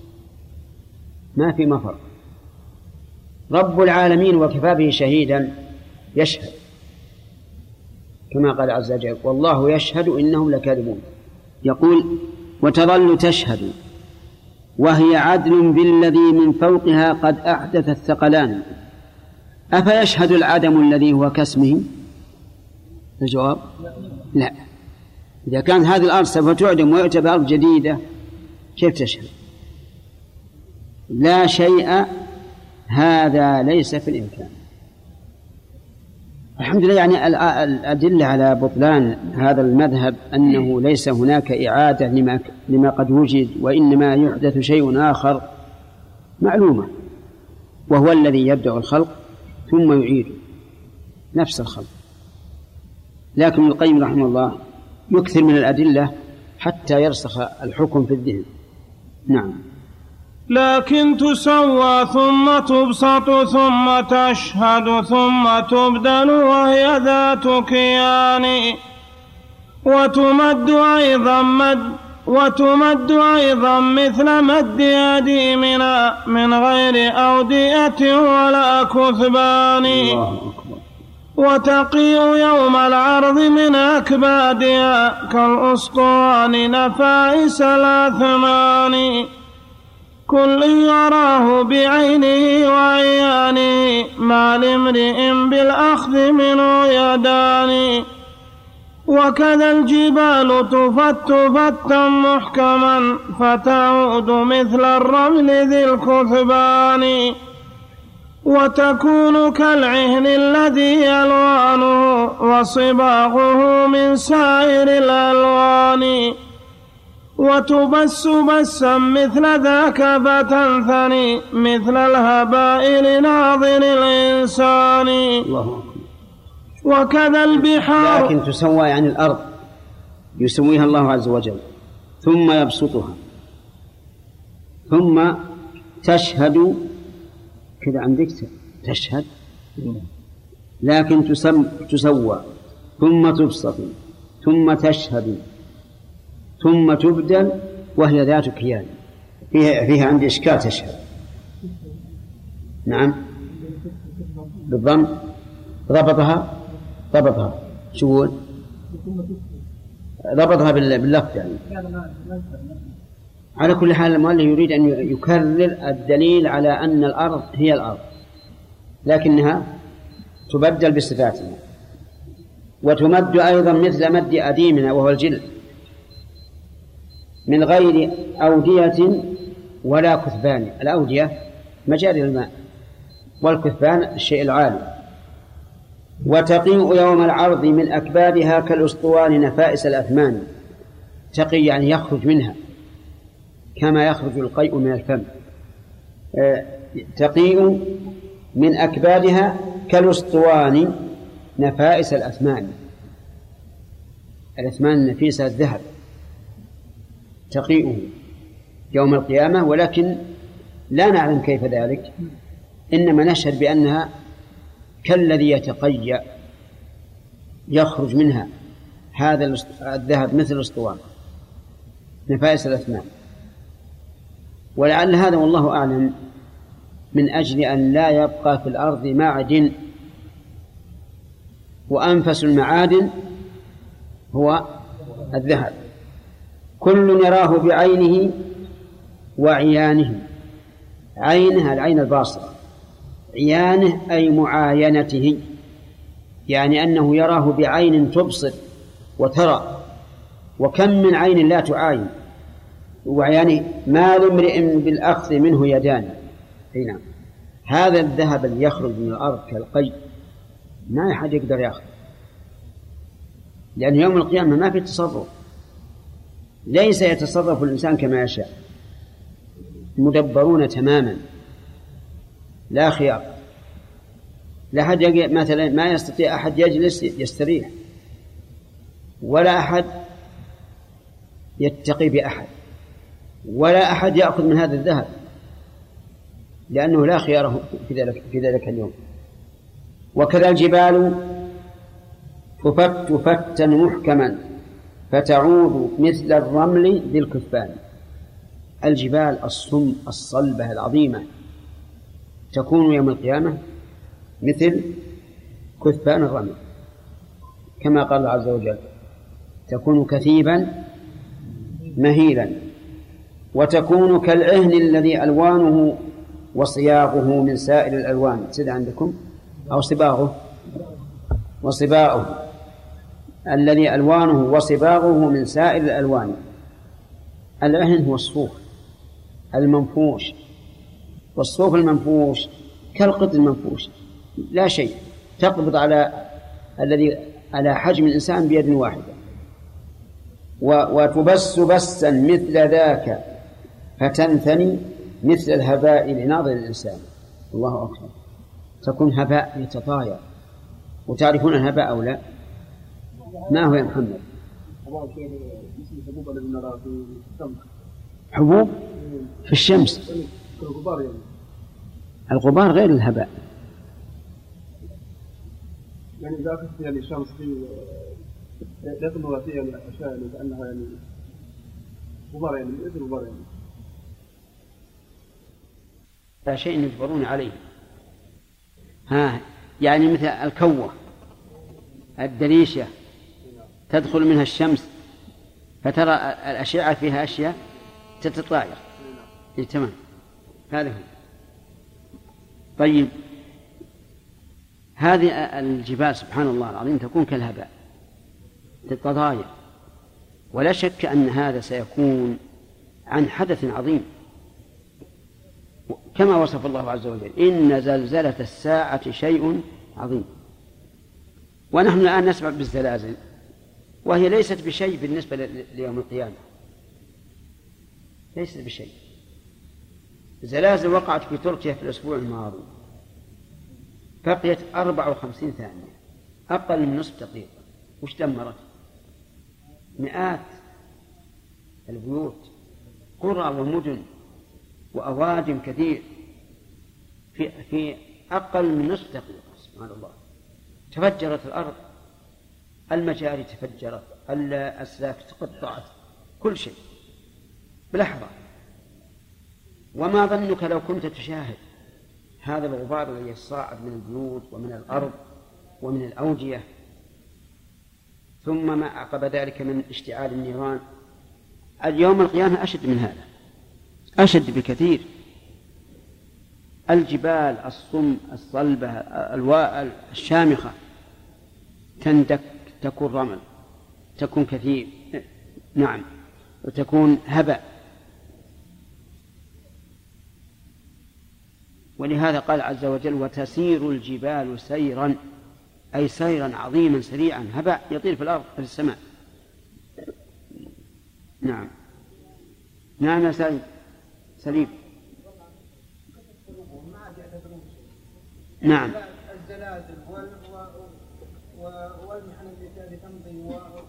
ما في مفر. رب العالمين وكفى به شهيدا يشهد، كما قال عز وجل والله يشهد إنهم لكاذبون. يقول وتظل تشهد وهي عدل بالذي من فوقها قد أحدث الثقلان، أفيشهد العدم الذي هو كاسمه؟ الجواب لا. إذا كانت هذه الأرض سوف تعدم ويؤتى بأرض جديدة كيف تشهد؟ لا شيء، هذا ليس في الإمكان. الحمد لله، يعني الأدلة على بطلان هذا المذهب أنه ليس هناك إعادة لما, لما قد وجد وإنما يحدث شيء آخر معلومة، وهو الذي يبدأ الخلق ثم يعيد نفس الخلق. لكن ابن القيم رحمه الله يكثر من الأدلة حتى يرسخ الحكم في الذهن. نعم.
لكن تسوى ثم تبسط ثم تشهد ثم تبدل وهي ذات كيان، وتمد أيضا مد وتمد أيضا مثل مد أديمنا من غير أودية ولا كثبان، وتقي يوم العرض من أكبادها كالأسطوان نفائس الأثمان، كل يراه بعينه وعيانه ما لامرئ بالأخذ منه يدان، وكذا الجبال تفت فتا محكما فتعود مثل الرمل ذي الكثبان، وتكون كالعهن الذي ألوانه وصباغه من سائر الألوان، وتبس بسا مثل ذاك فتنثني مثل الهباء لناظر الإنسان. وكذا البحار.
لكن تسوى يعني الأرض يسويها الله عز وجل ثم يبسطها ثم تشهد كذا عندك تشهد، لكن تسم تسوى ثم تبسط ثم تشهد ثم تبدل وهي ذات كيان. فيها, فيها عندي إشكال تشهد. نعم بالضم ضبطها ضبطها شو ضبطها باللفظ يعني. على كل حال المؤلف يريد أن يكرر الدليل على أن الأرض هي الأرض لكنها تبدل بصفاتها. وتمد أيضا مثل مد أديمنا وهو الجلد من غير أودية ولا كثبان. الأودية مجاري الماء، والكثبان الشيء العالي. وتقيء يوم العرض من أكبادها كالأسطوان نفائس الأثمان. تقي يعني يخرج منها كما يخرج القيء من الفم. تقيء من أكبادها كالأسطوان نفائس الأثمان. الأثمان النفيسة الذهب تقيئه يوم القيامة، ولكن لا نعلم كيف ذلك، إنما نشهد بأنها كالذي يتقيأ يخرج منها هذا الذهب مثل الأسطوان نفائس الأثمان. ولعل هذا والله أعلم من أجل أن لا يبقى في الأرض معدن، وأنفس المعادن هو الذهب. كل يراه بعينه وعيانه. عينه العين الباصرة، عيانه أي معاينته، يعني أنه يراه بعين تبصر وترى، وكم من عين لا تعاين. وعيانه ما لامرئ بالأخذ منه يدان. هنا هذا الذهب اللي يخرج من الأرض كالقي ما أحد يقدر يأخذ، لأن يوم القيامة ما في تصرف، ليس يتصرف الإنسان كما يشاء، مدبرون تماما لا خيار. لا أحد مثلا ما يستطيع أحد يجلس يستريح، ولا أحد يتقي بأحد، ولا أحد يأخذ من هذا الذهب، لأنه لا خياره في ذلك, في ذلك اليوم. وكذا الجبال تفت فتا محكما فتعود مثل الرمل بالكثبان. الجبال الصم الصلبة العظيمة تكون يوم القيامة مثل كثبان الرمل، كما قال الله عز وجل: تكون كثيبا مهيلا. وتكون كالعهن الذي ألوانه وصياغه من سائر الألوان. سيد عندكم أو صباغه وصباغه الذي ألوانه وصباغه من سائر الألوان. العهن هو الصوف المنفوش، والصوف المنفوش كالقطن المنفوش لا شيء، تقبض على الذي على حجم الإنسان بيد واحدة. وتبس بسا مثل ذاك فتنثني مثل الهباء لناظر الإنسان. الله أكبر. تكون هباء يتطاير. وتعرفون الهباء أو لا؟ ما هو يا محمد؟ حبوب في الشمس. الغبار غير الهباء.
يعني إذا كنت يعني الشمس في لا تمر فيها من الأشياء يعني كأنها يعني غبار، يعني مثل غبار يعني.
لا شيء يجبرون عليه. ها يعني مثل الكوة الدريشة تدخل منها الشمس فترى الأشعة فيها أشياء تتطاير. إيه تمام، هذا هو. طيب، هذه الجبال سبحان الله العظيم تكون كالهباء تتطاير، ولا شك أن هذا سيكون عن حدث عظيم كما وصف الله عز وجل: إن زلزلة الساعة شيء عظيم. ونحن الآن نسمع بالزلازل وهي ليست بشيء بالنسبة ليوم القيامة، ليست بشيء. زلازل وقعت في تركيا في الأسبوع الماضي بقيت أربع وخمسين ثانية، أقل من نصف دقيقة، وش دمرت؟ مئات البيوت، قرى ومدن وأوادم كثير في في أقل من نصف دقيقة. سبحان الله. تفجرت الأرض، المجاري تفجرت، الأسلاك تقطعت، كل شيء بلحظة. وما ظنك لو كنت تشاهد هذا الغبار الذي يصاعد من البيوت ومن الأرض ومن الأودية، ثم ما عقب ذلك من اشتعال النيران. اليوم القيامة أشد من هذا، أشد بكثير. الجبال الصم الصلبة الواء الشامخة تندك، تكون رمل، تكون كثير. نعم. وتكون هباء. ولهذا قال عز وجل وتسير الجبال سيرا، أي سيرا عظيما سريعا، هباء يطير في الأرض في السماء. نعم نعم يا سليم سليم نعم
الزلازل والمحن التي تمضي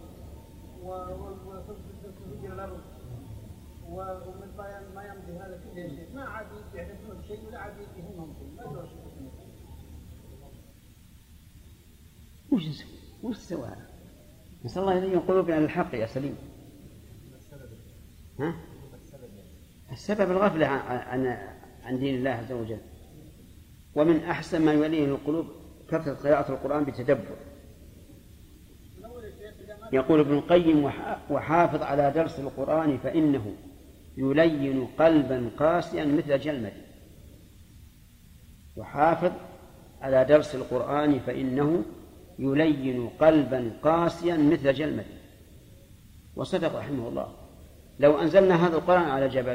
وتفجر الأرض ومن ما يمضي هذا كله شيء ما عاد يعرفون شيء ولا عاد يهمهم شيء.
وش وش سوى؟ نسأل الله أن قلوبنا على الحق يا سليم. ها؟ السبب الغفلة عن عن دين الله عز وجل. ومن أحسن ما يوليه القلوب كثرة قراءة القرآن بتدبر. يقول ابن القيم وحافظ على درس القرآن فإنه يلين قلبا قاسيا مثل جلمد. وحافظ على درس القرآن فإنه يلين قلبا قاسيا مثل جلمد. وصدق رحمه الله. لو أنزلنا هذا القرآن على جبل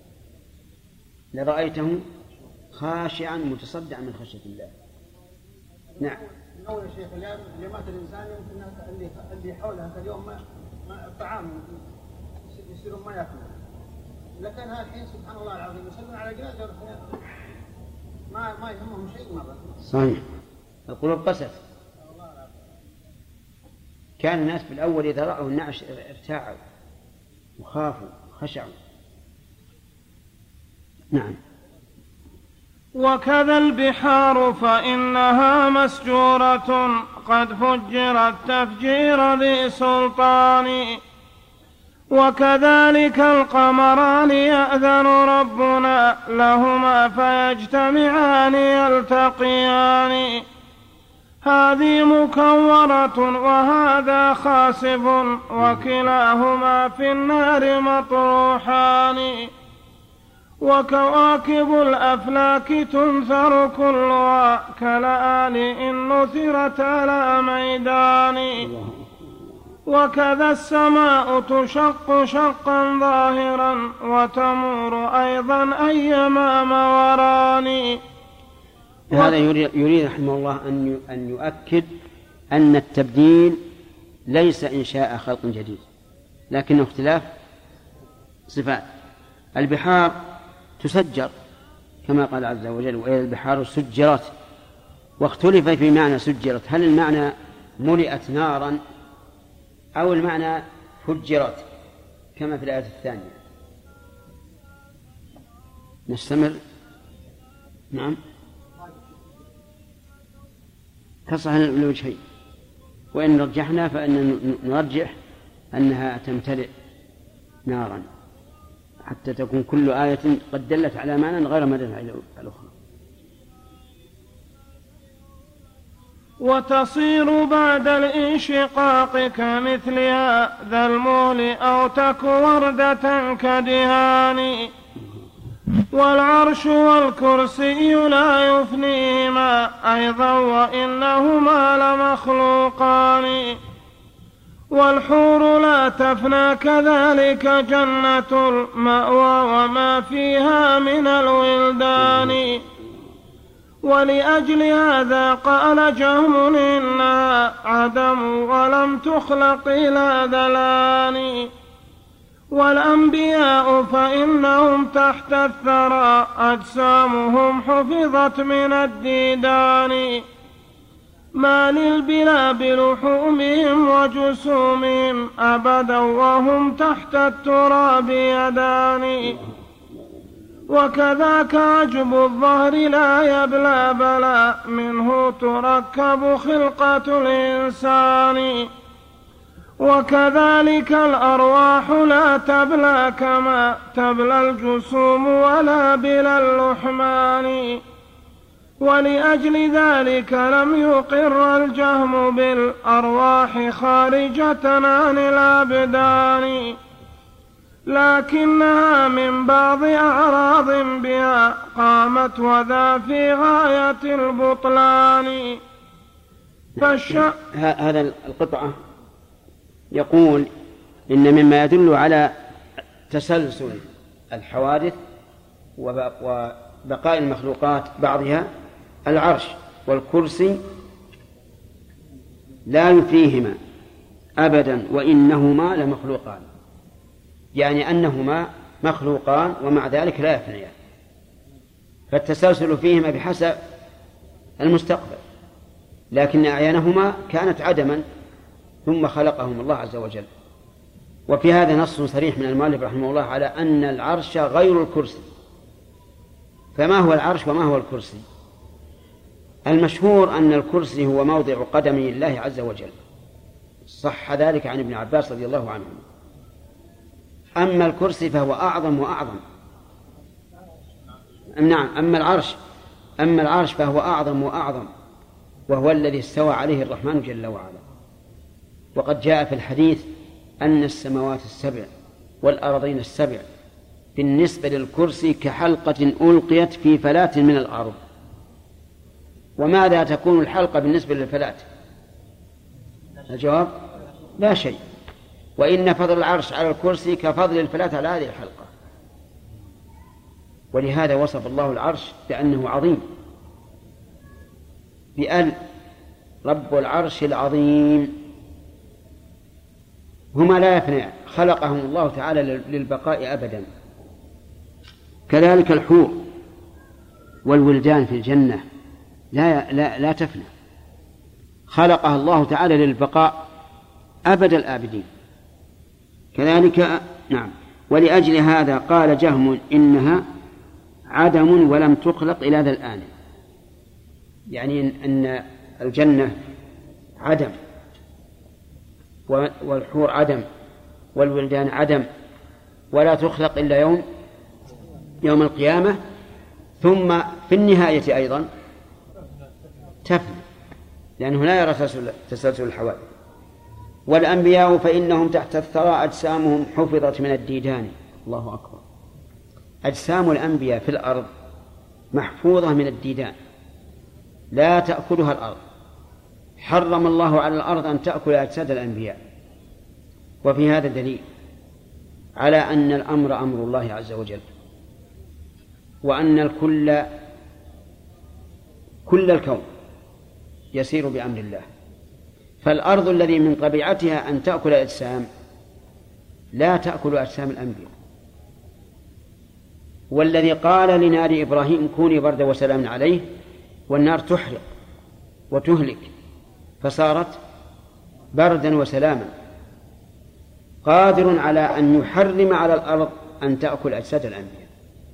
لرأيته خاشعا متصدعا من خشية الله. نعم.
أول شيخ اليوم جماعة الإنسان يمكن اللي اللي حولها اليوم ما الطعام يصيرون ما يأكلون، لكن هذا الحين سبحان الله العظيم يسلمون على جنازة ما ما يهمهم شيء مرة.
صحيح. القلوب قست. كان الناس في الأول إذا رأوا النعش ارتاعوا وخافوا خشعوا. نعم.
وكذا البحار فإنها مسجورة قد فجرت تفجير ذي سلطان. وكذلك القمران يأذن ربنا لهما فيجتمعان يلتقيان. هذه مكورة وهذا خاسف وكلاهما في النار مطروحان. وكواكب الأفلاك تنثر كلها كالآل إن نثرت على ميدان. وكذا السماء تشق شقا ظاهرا وتمور أيضا أيما موران.
هذا يريد رحمه الله أن يؤكد أن التبديل ليس إنشاء خلق جديد لكنه اختلاف صفات. البحار تسجر كما قال عز وجل وإذا البحار سجرت. واختلف في معنى سجرت، هل المعنى ملئت نارا أو المعنى فجرت كما في الآية الثانية. نستمر. نعم تصح الوجهين، وإن رجحنا فإن نرجح أنها تمتلئ نارا حتى تكون كل آية قد دلت على معنى غير ما دلت على الأخرى.
وتصير بعد الانشقاق كمثلها ذا المهل أو تك وردة كدهان. والعرش والكرسي لا يفنيهما أيضا وإنهما لمخلوقان. والحور لا تفنى كذلك جنة المأوى وما فيها من الولدان. ولأجل هذا قال جهم إنها عدم ولم تخلق إلى ذلان. والأنبياء فإنهم تحت الثرى أجسامهم حفظت من الديدان. ما للبلا بلحومهم وجسومهم أبدا وهم تحت التراب يدان. وكذاك عجب الظهر لا يبلى بلا منه تركب خلقة الإنسان. وكذلك الأرواح لا تبلى كما تبلى الجسوم ولا بلا اللحمان. ولأجل ذلك لم يقر الجهم بالأرواح خارجة عن الأبدان لكنها من بعض أعراض بها قامت وذا في غاية البطلان.
فالش... هذا القطعة يقول إن مما يدل على تسلسل الحوادث وبقاء المخلوقات بعضها العرش والكرسي لا يفيهما أبدا وإنهما لمخلوقان، يعني أنهما مخلوقان ومع ذلك لا يفنيان، فالتسلسل فيهما بحسب المستقبل، لكن أعيانهما كانت عدما ثم خلقهم الله عز وجل. وفي هذا نص صريح من المؤلف رحمه الله على أن العرش غير الكرسي. فما هو العرش وما هو الكرسي؟ المشهور أن الكرسي هو موضع قدم الله عز وجل، صح ذلك عن ابن عباس رضي الله عنه. أما الكرسي فهو أعظم وأعظم. نعم، أما العرش أما العرش فهو أعظم وأعظم، وهو الذي استوى عليه الرحمن جل وعلا. وقد جاء في الحديث أن السماوات السبع والأرضين السبع بالنسبة للكرسي كحلقة ألقيت في فلاة من الأرض. وماذا تكون الحلقة بالنسبة للفلاة؟ الجواب لا شيء. وإن فضل العرش على الكرسي كفضل الفلاة على هذه الحلقة. ولهذا وصف الله العرش بأنه عظيم بأل رب العرش العظيم. هما لا يفنيان، خلقهم الله تعالى للبقاء أبدا. كذلك الحور والولدان في الجنة لا, لا, لا تفنى، خلقها الله تعالى للبقاء أبد الآبدين. كذلك نعم. ولأجل هذا قال جهم إنها عدم ولم تخلق إلى ذا الآن، يعني أن الجنة عدم والحور عدم والولدان عدم ولا تخلق إلا يوم يوم القيامة، ثم في النهاية أيضا تفنى، لأنه لا يرى تسلسل الحوادث. والأنبياء فإنهم تحت الثرى أجسامهم حفظت من الديدان. الله أكبر. أجسام الأنبياء في الأرض محفوظة من الديدان لا تأكلها الأرض. حرم الله على الأرض أن تأكل أجساد الأنبياء. وفي هذا دليل على أن الأمر أمر الله عز وجل، وأن الكل كل الكون يسير بأمر الله. فالأرض الذي من طبيعتها أن تأكل أجسام لا تأكل أجسام الأنبياء. والذي قال لنار إبراهيم كوني بردا وسلاما عليه، والنار تحرق وتهلك فصارت بردا وسلاما، قادر على أن يحرم على الأرض أن تأكل أجساد الأنبياء.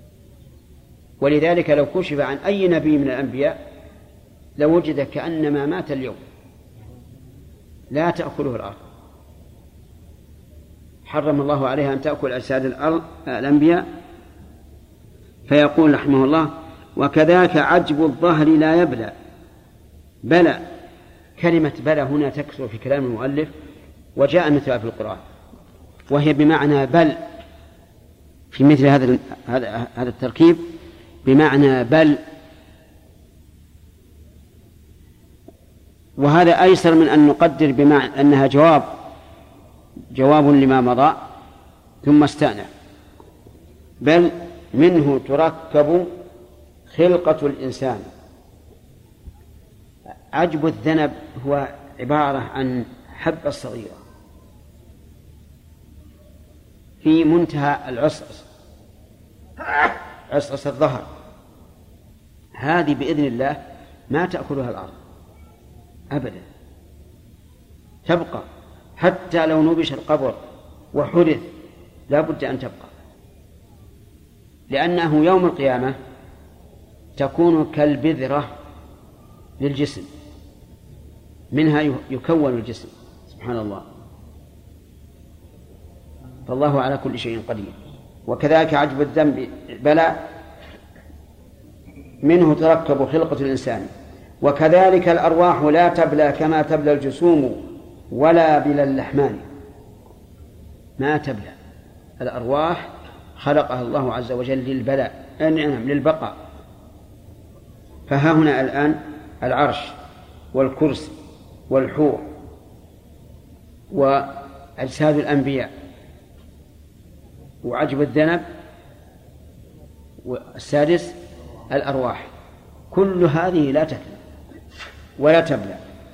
ولذلك لو كشف عن أي نبي من الأنبياء لوجد كأنما مات اليوم، لا تأكله الأرض. حرم الله عليها أن تأكل أجساد الأرض الأنبياء. فيقول رحمه الله: وكذاك عجب الظهر لا يبلى. بلى، كلمة بلى هنا تكثر في كلام المؤلف وجاء مثلها في القرآن، وهي بمعنى بل في مثل هذا هذا التركيب بمعنى بل. وهذا أيسر من أن نقدر بمعنى أنها جواب جواب لما مضى ثم استأنف. بل منه تركب خلقة الإنسان. عجب الذنب هو عبارة عن حبة صغيرة في منتهى العصعص، عصعص الظهر، هذه بإذن الله ما تأكلها الأرض أبدا، تبقى حتى لو نبش القبر وحدث لا بد أن تبقى، لأنه يوم القيامة تكون كالبذرة للجسم، منها يكون الجسم. سبحان الله، فالله على كل شيء قدير. وكذلك عجب الذنب بلى منه تركب خلقة الإنسان. وكذلك الأرواح لا تبلى كما تبلى الجسوم ولا بلا اللحمان. ما تبلى الأرواح، خلقها الله عز وجل للبلاء، نعم للبقاء. فها هنا الآن العرش والكرسي وعجب الذنب، والسادس الأرواح. كل هذه لا تفنى ولا تبلى.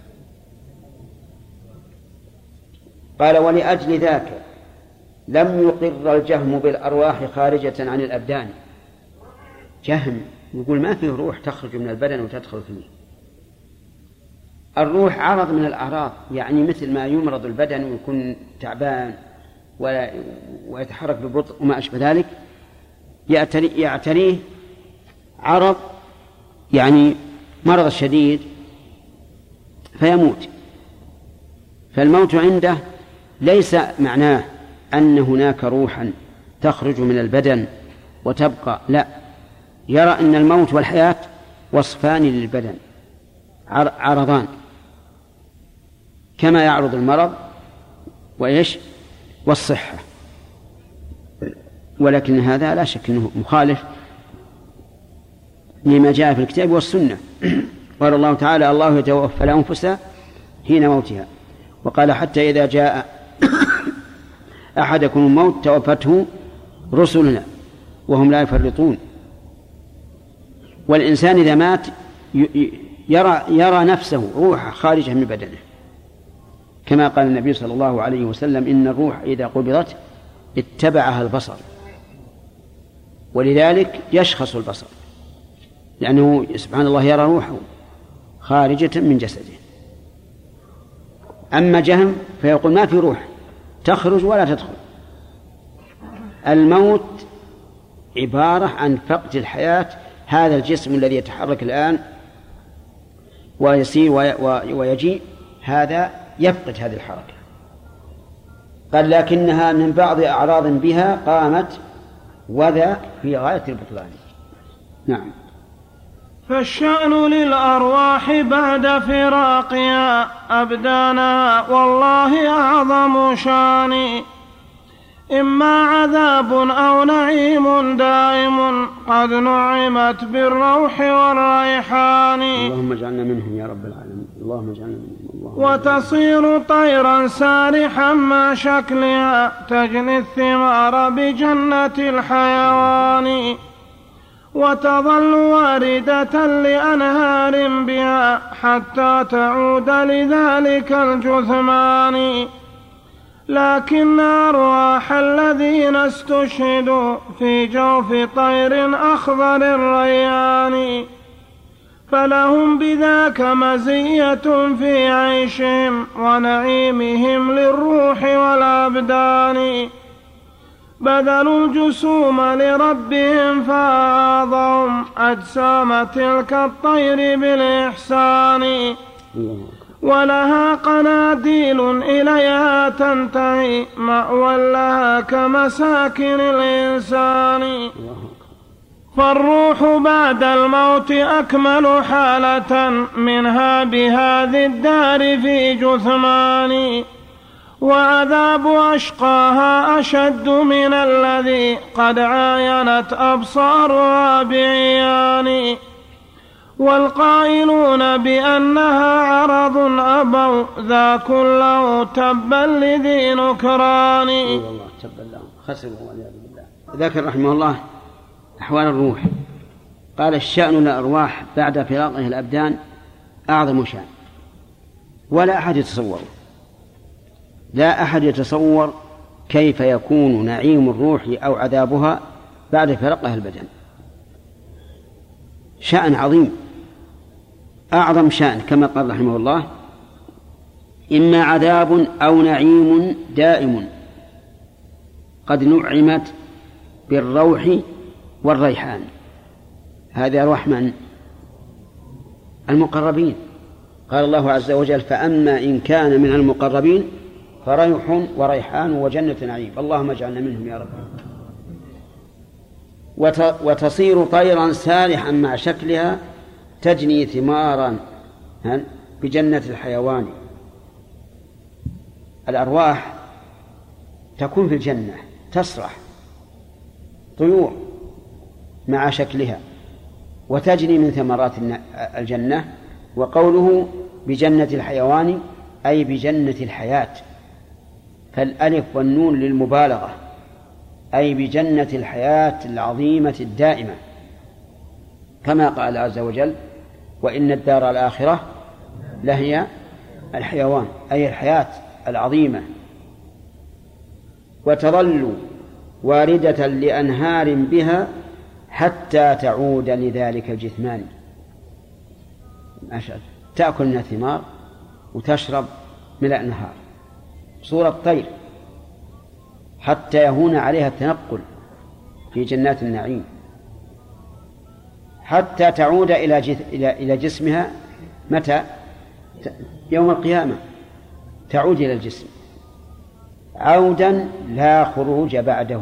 قال ولأجل ذاك لم يقر الجهم بالأرواح خارجة عن الأبدان. جهم يقول ما فيه روح تخرج من البدن وتدخل فيه. الروح عرض من الأعراض، يعني مثل ما يمرض البدن ويكون تعبان ويتحرك ببطء وما أشبه ذلك، يعتريه عرض يعني مرض شديد فيموت. فالموت عنده ليس معناه أن هناك روحا تخرج من البدن وتبقى، لا، يرى أن الموت والحياة وصفان للبدن، عرضان، كما يعرض المرض وإيش والصحة. ولكن هذا لا شك أنه مخالف لما جاء في الكتاب والسنة. قال الله تعالى الله يتوفى الأنفس حين موتها، وقال حتى إذا جاء أحدكم الموت توفته رسلنا وهم لا يفرطون. والإنسان إذا مات يرى, يرى نفسه روح خارجة من بدنه، كما قال النبي صلى الله عليه وسلم إن الروح إذا قبضت اتبعها البصر، ولذلك يشخص البصر، لأنه سبحان الله يرى روحه خارجة من جسده. أما جهم فيقول ما في روح تخرج ولا تدخل. الموت عبارة عن فقد الحياة. هذا الجسم الذي يتحرك الآن ويسير ويجيء هذا يفقد هذه الحركة. قال لكنها من بعض أعراض بها قامت وذا في غاية البطلان. نعم.
فالشأن للأرواح بعد فراقها أبدانا والله أعظم شان، إما عذاب أو نعيم دائم قد نعمت بالروح والريحان.
اللهم اجعلنا منهم يا رب العالمين. اللهم اجعلنا منهم. اللهم
وتصير طيرا سارحا مع شكلها تجني الثمار بجنة الحيوان، وتظل واردة لأنهار بها حتى تعود لذلك الجثمان. لكن أرواح الذين استشهدوا في جوف طير أخضر الريان فلهم بذاك مزية في عيشهم ونعيمهم للروح والأبدان. بذلوا الجسوم لربهم فأعاضهم أجسام تلك الطير بالإحسان، ولها قناديل إليها تنتهي مأوى لها كمساكن الإنسان. فالروح بعد الموت أكمل حالة منها بهذه الدار في جثمان، وعذاب أشقاها أشد من الذي قد عاينت أبصارها بعيان. والقائلون بأنها عرض أبوا ذا كله تبا لذي نكران.
الله تبا لهم خسروا والعياذ بالله. ذكر رحمه الله أحوال الروح. قال الشأن الأرواح بعد فراقه الأبدان أعظم شأن، ولا أحد يتصور لا أحد يتصور كيف يكون نعيم الروح أو عذابها بعد فراقها البدن. شأن عظيم أعظم شأن، كما قال رحمه الله إما عذاب أو نعيم دائم قد نعمت بالروح والريحان. هذا أرواح من؟ المقربين. قال الله عز وجل فأما إن كان من المقربين فريح وريحان وجنة نعيم. اللهم اجعلنا منهم يا رب. وتصير طيرا سارحا مع شكلها تجني ثمارا بجنة الحيوان. الأرواح تكون في الجنة تسرح طيور مع شكلها وتجني من ثمرات الجنة. وقوله بجنة الحيوان أي بجنة الحياة، فالألف والنون للمبالغة، أي بجنة الحياة العظيمة الدائمة، كما قال عز وجل: وإن الدار الآخرة لهي الحيوان، أي الحياة العظيمة. وتظل واردة لأنهار بها حتى تعود لذلك الجثمان، تأكل من الثمار وتشرب من الأنهار صورة طير حتى يهون عليها التنقل في جنات النعيم، حتى تعود إلى إلى جسمها. متى؟ يوم القيامة تعود إلى الجسم عودا لا خروج بعده،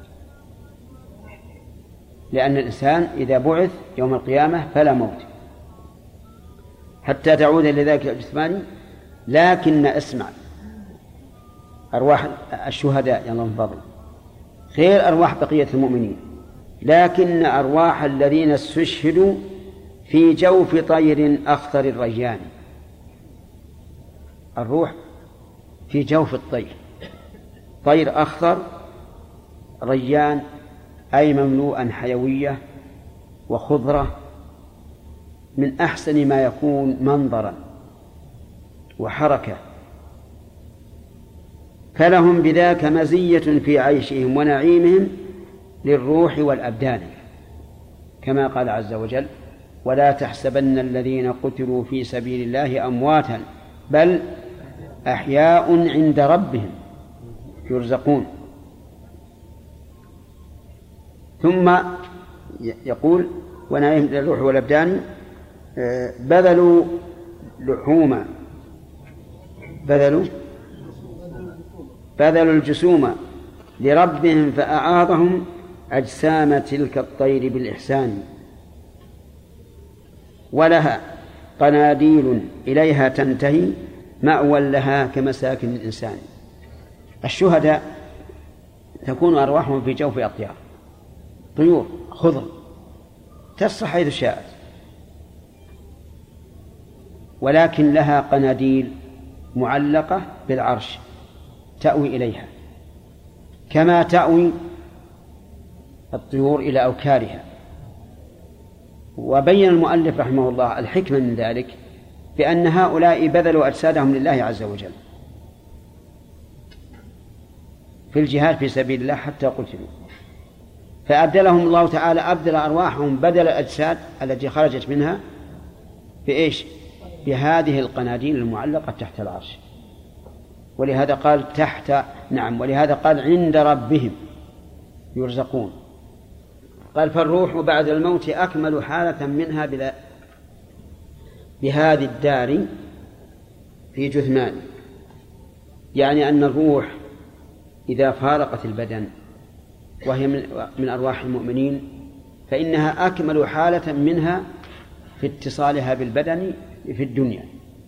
لأن الإنسان إذا بعث يوم القيامة فلا موت حتى تعود إلى ذلك الجسمان. لكن اسمع، أرواح الشهداء يا الله من فضله غير أرواح بقية المؤمنين، لكن أرواح الذين استشهدوا في جوف طير أخضر الريان. الروح في جوف الطير، طير أخضر ريان، أي مملوءا حيوية وخضرة، من أحسن ما يكون منظرا وحركة. فلهم بذاك مزية في عيشهم ونعيمهم للروح والأبدان، كما قال عز وجل: ولا تحسبن الذين قتلوا في سبيل الله أمواتا بل أحياء عند ربهم يرزقون. ثم يقول: ونعيم للروح والأبدان بذلوا لحوما بذلوا بذلوا الجسوم لربهم فأعاضهم أجسام تلك الطير بالإحسان. ولها قناديل إليها تنتهي مأوى لها كمساكن الإنسان. الشهداء تكون أرواحهم في جوف أطيار، طيور خضر تسرح حيث شاءت، ولكن لها قناديل معلقة بالعرش تأوي إليها كما تأوي الطيور إلى أوكارها. وبين المؤلف رحمه الله الحكمة من ذلك بأن هؤلاء بذلوا أجسادهم لله عز وجل في الجهاد في سبيل الله حتى قتلوا، فأبدلهم الله تعالى أبدل أرواحهم بدل الأجساد التي خرجت منها بإيش؟ بهذه القناديل المعلقة تحت العرش. ولهذا قال تحت نعم ولهذا قال عند ربهم يرزقون. قال: فالروح بعد الموت أكمل حالة منها بلا بهذه الدار في جثمان، يعني أن الروح إذا فارقت البدن وهي من أرواح المؤمنين فإنها أكمل حالة منها في اتصالها بالبدن في الدنيا.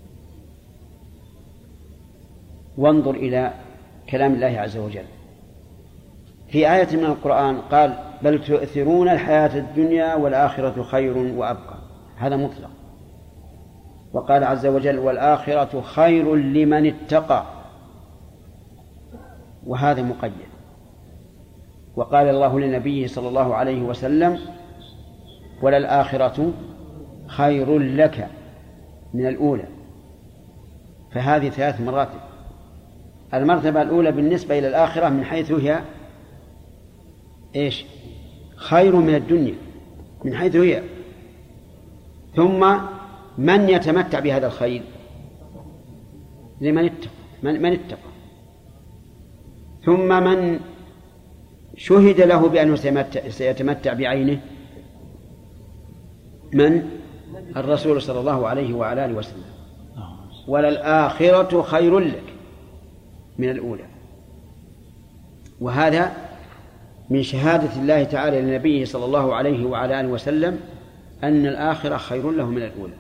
وانظر إلى كلام الله عز وجل في آية من القرآن قال: بل تؤثرون الحياة الدنيا والآخرة خير وأبقى، هذا مطلق. وقال عز وجل: والآخرة خير لمن اتقى، وهذا مقيد. وقال الله لنبيه صلى الله عليه وسلم: وللآخرة خير لك من الأولى. فهذه ثلاث مراتب. المرتبة الأولى بالنسبة إلى الآخرة من حيث هي إيش؟ خير من الدنيا من حيث هي. ثم من يتمتع بهذا الخير؟ لمن اتقى من, من اتقى. ثم من شهد له بأنه سيتمتع بعينه؟ من؟ الرسول صلى الله عليه وعلى آله وسلم. وللآخرة خير لك من الأولى. وهذا من شهادة الله تعالى لنبيه صلى الله عليه وعلى آله وسلم أن الآخرة خير له من الأولى.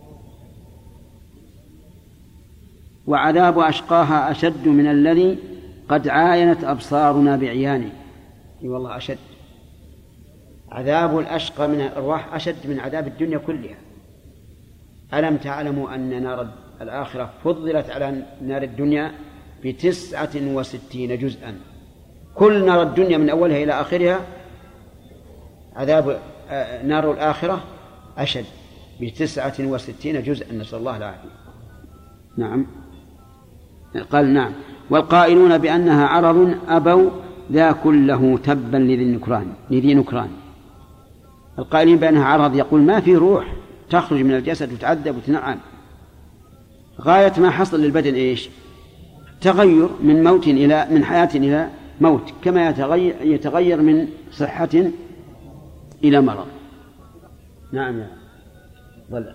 وعذاب أشقاها أشد من الذي قد عاينت أبصارنا بعيانه. اي والله أشد. عذاب الأشقى من الأرواح أشد من عذاب الدنيا كلها. ألم تعلموا أن نار الآخرة فضلت على نار الدنيا بتسعة وستين جزءا، كل نار الدنيا من أولها إلى آخرها عذاب نار الآخرة أشد بتسعة وستين جزءا، نسأل الله العافية. نعم. قال نعم. والقائلون بأنها عرض أبوا ذا كله تبا لذي النكران لذي نكران. القائلين بأنها عرض يقول ما في روح تخرج من الجسد وتعذب وتنعم. غاية ما حصل للبدن إيش؟ تغير من موت إلى من حياة إلى موت، كما يتغير, يتغير من صحة إلى مرض. نعم يا ضل.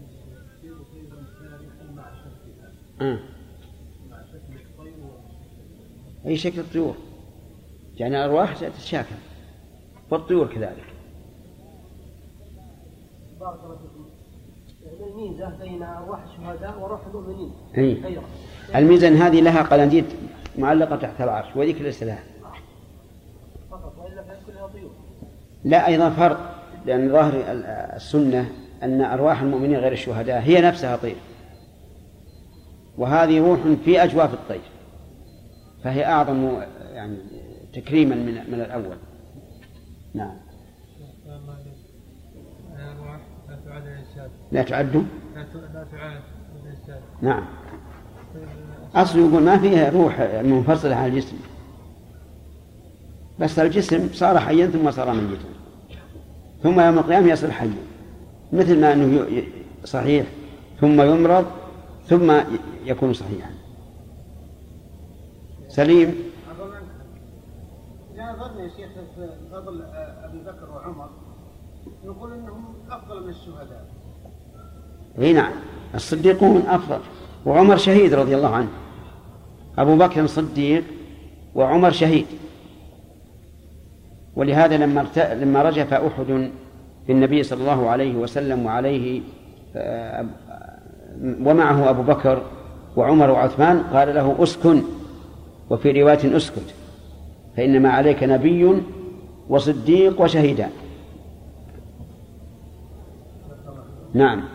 آه. أي شكل الطيور، يعني الأرواح تتشاكل والطيور كذلك.
بارك الله فيكم. الميزة بين أرواح الشهداء وروح المؤمنين.
أي. الميزان هذه لها قلانديد معلقة تحت العرش وذيك ليس لها.
فقط وإلا فكلها طيور.
لا أيضا فرق، لأن ظاهر السنة أن أرواح المؤمنين غير الشهداء هي نفسها طير، وهذه روح في أجواف الطير، فهي أعظم يعني تكريما من من الأول. نعم. لا تعد
لا تعاد الإنسان.
نعم. أصل يقول ما فيها روح منفصلة عن الجسم، بس الجسم صار حيا ثم صار ميتا، ثم يوم القيامة يصير حيا، مثل ما أنه صحيح ثم يمرض ثم يكون صحيحا. سليم.
لا ظن يا شيخ في فضل أبي بكر وعمر نقول إنهم أفضل من الشهداء.
اي نعم، الصديقون أفضل، وعمر شهيد رضي الله عنه. أبو بكر صديق وعمر شهيد، ولهذا لما ارت... لما رجف أحد بالنبي صلى الله عليه وسلم وعليه ومعه أبو بكر وعمر وعثمان قال له أسكن، وفي رواية أسكت، فإنما عليك نبي وصديق وشهيدان. نعم.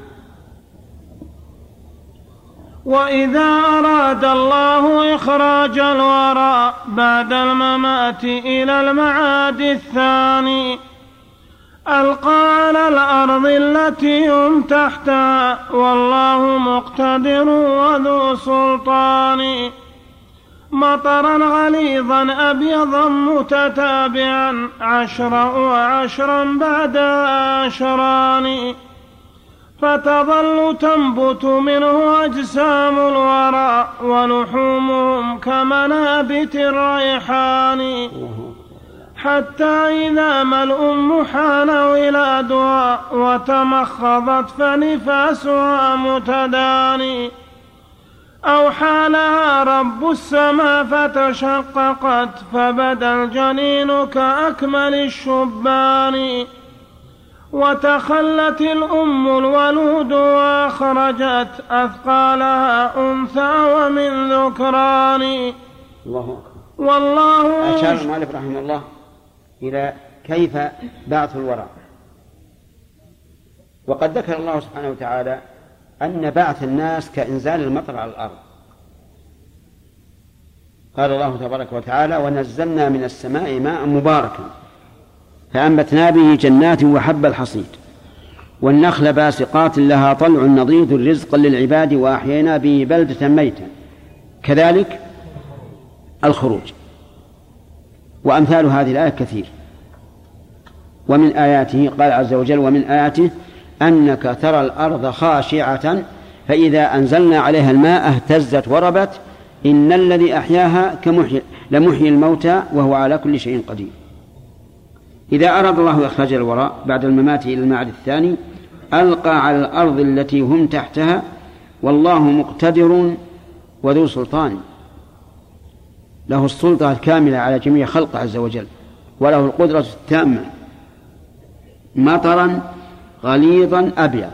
وإذا أراد الله إخراج الورى بعد الممات إلى المعاد الثاني ألقى على الأرض التي هم تحتها والله مقتدر وذو سلطان مطرا غليظا أبيضا متتابعا عشرا وعشرا بعد عشران فتظل تنبت منه أجسام الورى ولحومهم كمنابت الريحان حتى إذا ما الأم حان ولادها وتمخضت فنفاسها متداني أوحى لها رب السماء فتشققت فبدا الجنين كأكمل الشبان وتخلت الأم الولود وأخرجت أثقالها أنثى ومن ذكران.
الله أكبر.
والله
أشار المؤلف رحمه الله إلى كيف بعث الورى، وقد ذكر الله سبحانه وتعالى أن بعث الناس كإنزال المطر على الأرض. قال الله تبارك وتعالى ونزلنا من السماء ماء مباركا فأنبتنا به جنات وحب الحصيد والنخل باسقات لها طلع نضيد رزقا للعباد وأحيينا به بلدة ميتا كذلك الخروج. وأمثال هذه الآية كثير. ومن آياته قال عز وجل ومن آياته أنك ترى الأرض خاشعة فإذا أنزلنا عليها الماء اهتزت وربت إن الذي أحياها كمحيي لمحيي الموتى وهو على كل شيء قدير. إذا أراد الله إخراج الوراء بعد الممات إلى المعاد الثاني ألقى على الأرض التي هم تحتها والله مقتدر وذو سلطان، له السلطة الكاملة على جميع خلقه عز وجل وله القدرة التامة. مطرا غليظا أبيض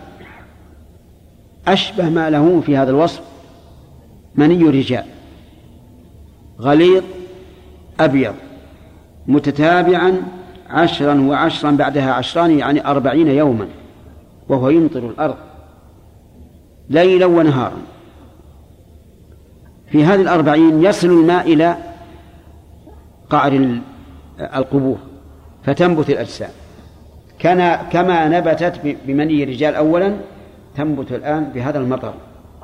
أشبه ما له في هذا الوصف مني الرجال، غليظ أبيض متتابعا عشرا وعشرا بعدها عشران يعني أربعين يوما، وهو يمطر الأرض ليلا ونهارا. في هذه الأربعين يصل الماء إلى قعر القبور فتنبت الأجسام كما نبتت بمني الرجال أولا تنبت الآن بهذا المطر،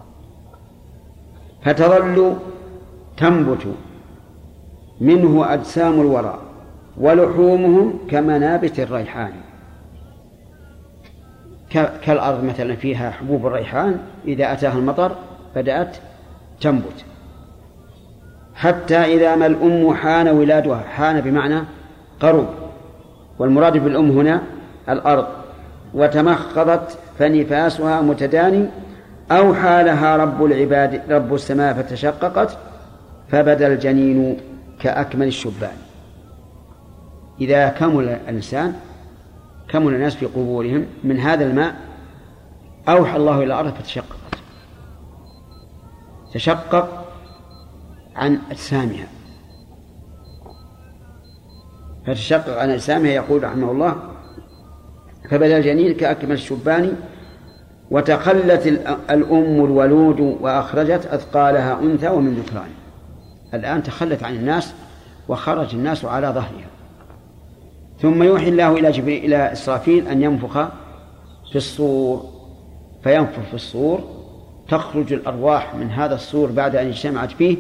فتظل تنبت منه أجسام الورى ولحومهم كمنابت الريحان، كالأرض مثلا فيها حبوب الريحان إذا أتاها المطر بدأت تنبت، حتى إذا ما الأم حان ولادها، حان بمعنى قرب، والمراد بالأم هنا الأرض، وتمخضت فنفاسها متداني، أوحى لها رب العباد رب السماء فتشققت فبدا الجنين كأكمل الشبان. إذا كمل الإنسان كمل الناس في قبورهم من هذا الماء أوحى الله إلى الأرض فتشققت، تشقق عن أجسامها، فتشقق عن أجسامها. يقول رحمه الله فبدا الجنين كأكمل الشبان، وتخلت الأم الولود وأخرجت أثقالها أنثى ومن ذكران. الآن تخلت عن الناس وخرج الناس على ظهرها. ثم يوحي الله إلى جبريل إلى إسرافيل أن ينفخ في الصور، فينفخ في الصور، تخرج الأرواح من هذا الصور بعد أن اجتمعت فيه،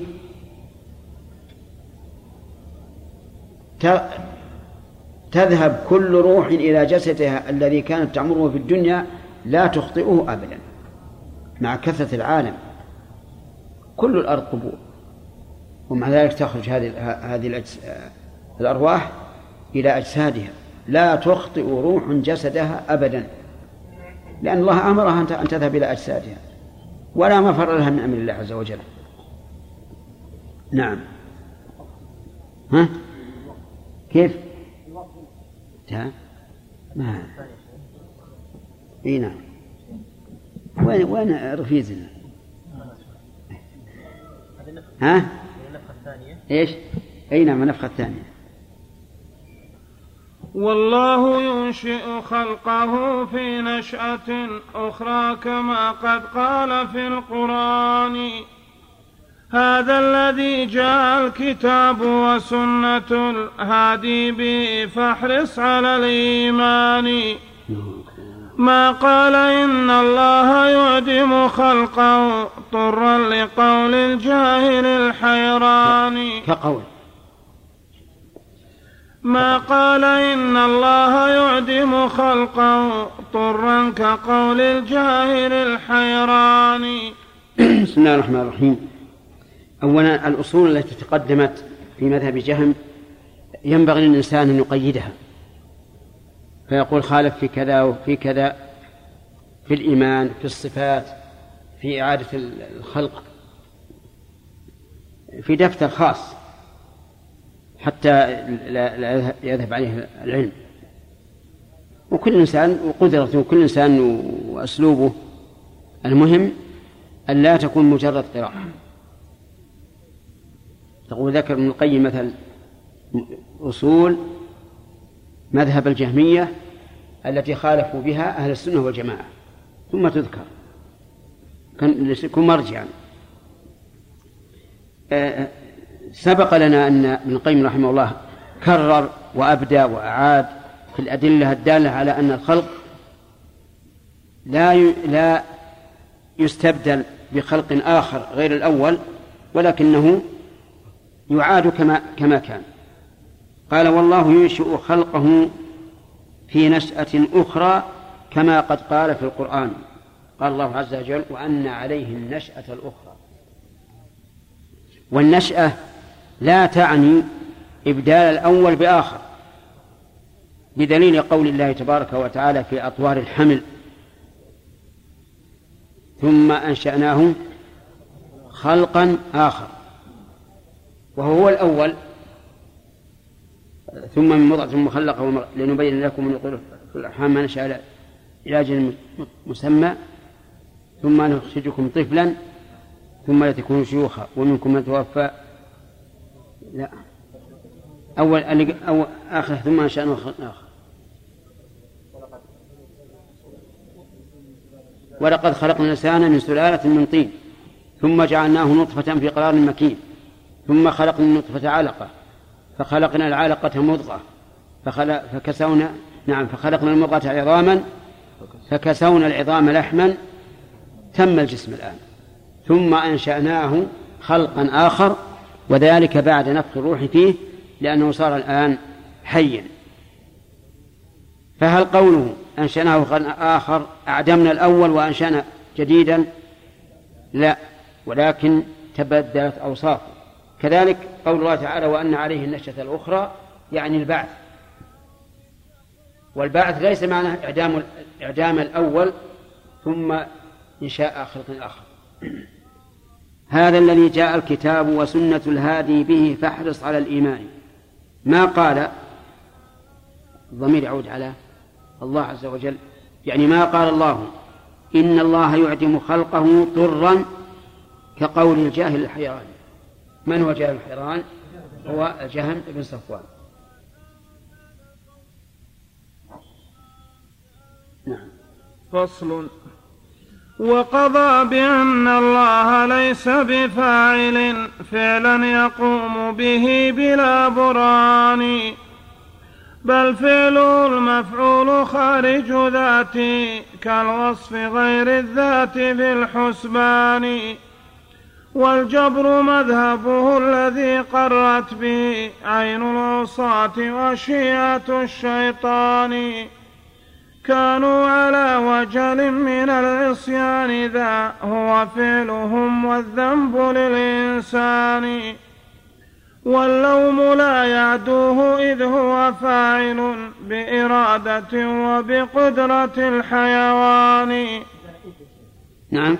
تذهب كل روح إلى جسدها الذي كانت تعمره في الدنيا لا تخطئه أبدا. مع كثرة العالم كل الأرض قبور، ومع ذلك تخرج هذه هذه الأرواح إلى أجسادها لا تخطئ روح جسدها أبدا، لأن الله أمرها أن تذهب إلى أجسادها ولا مفر لها من أمر الله عز وجل. نعم. ها كيف؟ ها ما اي نعم. وين وين رفيزنا؟ ها
النفخة الثانية
ايش؟ اي نعم النفخة الثانية.
والله ينشئ خلقه في نشأة أخرى كما قد قال في القرآن، هذا الذي جاء الكتاب وسنة الهادي به فاحرص على الإيمان. ما قال إن الله يعدم خلقه طرا لقول الجاهل الحيران،
كقول
ما قال إن الله يعدم خلقه طرا كقول الجاهل الحيران.
بسم الله الرحمن الرحيم. أولا الأصول التي تقدمت في مذهب جهم ينبغي للإنسان أن يقيدها، فيقول خالف في كذا وفي كذا، في الإيمان، في الصفات، في إعادة الخلق، في دفتر خاص حتى لا يذهب عليه العلم. وكل إنسان وقدرته وكل إنسان وأسلوبه، المهم أن لا تكون مجرد قراءة. تقول ذكر ابن القيم مثل أصول مذهب الجهمية التي خالفوا بها أهل السنة والجماعة، ثم تذكر كن مرجعا. سبق لنا أن ابن القيم رحمه الله كرر وأبدى وأعاد في الأدلة الدالة على أن الخلق لا لا يستبدل بخلق آخر غير الأول، ولكنه يعاد كما كما كان. قال والله ينشئ خلقه في نشأة أخرى كما قد قال في القرآن. قال الله عز وجل وأن عليه النشأة الأخرى. والنشأة لا تعني إبدال الأول بآخر، بدليل قول الله تبارك وتعالى في أطوار الحمل ثم أنشأناه خلقا آخر، وهو الأول. ثم من مضغة مخلقة لنبين لكم من يقول في الأرحام ما نشاء إلى أجل مسمى ثم نخرجكم طفلا ثم لتكونوا شيوخا ومنكم من توفى. لا أول أو آخر ثم أنشأناه خلقا آخر. ولقد خلقنا الإنسان من سلالة من طين ثم جعلناه نطفة في قرار مكين ثم خلقنا النطفة علقة فخلقنا العلقة مضغة فخلق فكسونا نعم فخلقنا المضغة عظاما فكسونا العظام لحما تم الجسم الآن، ثم أنشأناه خلقا آخر، وذلك بعد نفخ الروح فيه لأنه صار الآن حيا. فهل قوله أنشأناه خلقا آخر أعدمنا الأول وأنشأنا جديدا؟ لا، ولكن تبدلت أوصافه. كذلك قول الله تعالى وأن عليه النشأة الأخرى يعني البعث، والبعث ليس معناه إعدام, إعدام الأول ثم إنشاء خلق آخر. هذا الذي جاء الكتاب وسنة الهادي به فاحرص على الإيمان. ما قال الضمير يعود على الله عز وجل، يعني ما قال الله إن الله يعدم خلقه طرا كقول الجاهل الحيران. من هو جاهل الحيران؟ هو الجهم بن صفوان. نعم.
فصل. وقضى بأن الله ليس بفاعل فعلا يقوم به بلا برهان، بل فعله المفعول خارج ذاته كالوصف غير الذات في الحسبان، والجبر مذهبه الذي قرت به عين العصاة وشيعة الشيطان، كانوا على وجل من العصيان ذا هو فعلهم والذنب للإنسان، واللوم لا يعدوه إذ هو فاعل بإرادة وبقدرة الحيوان.
نعم.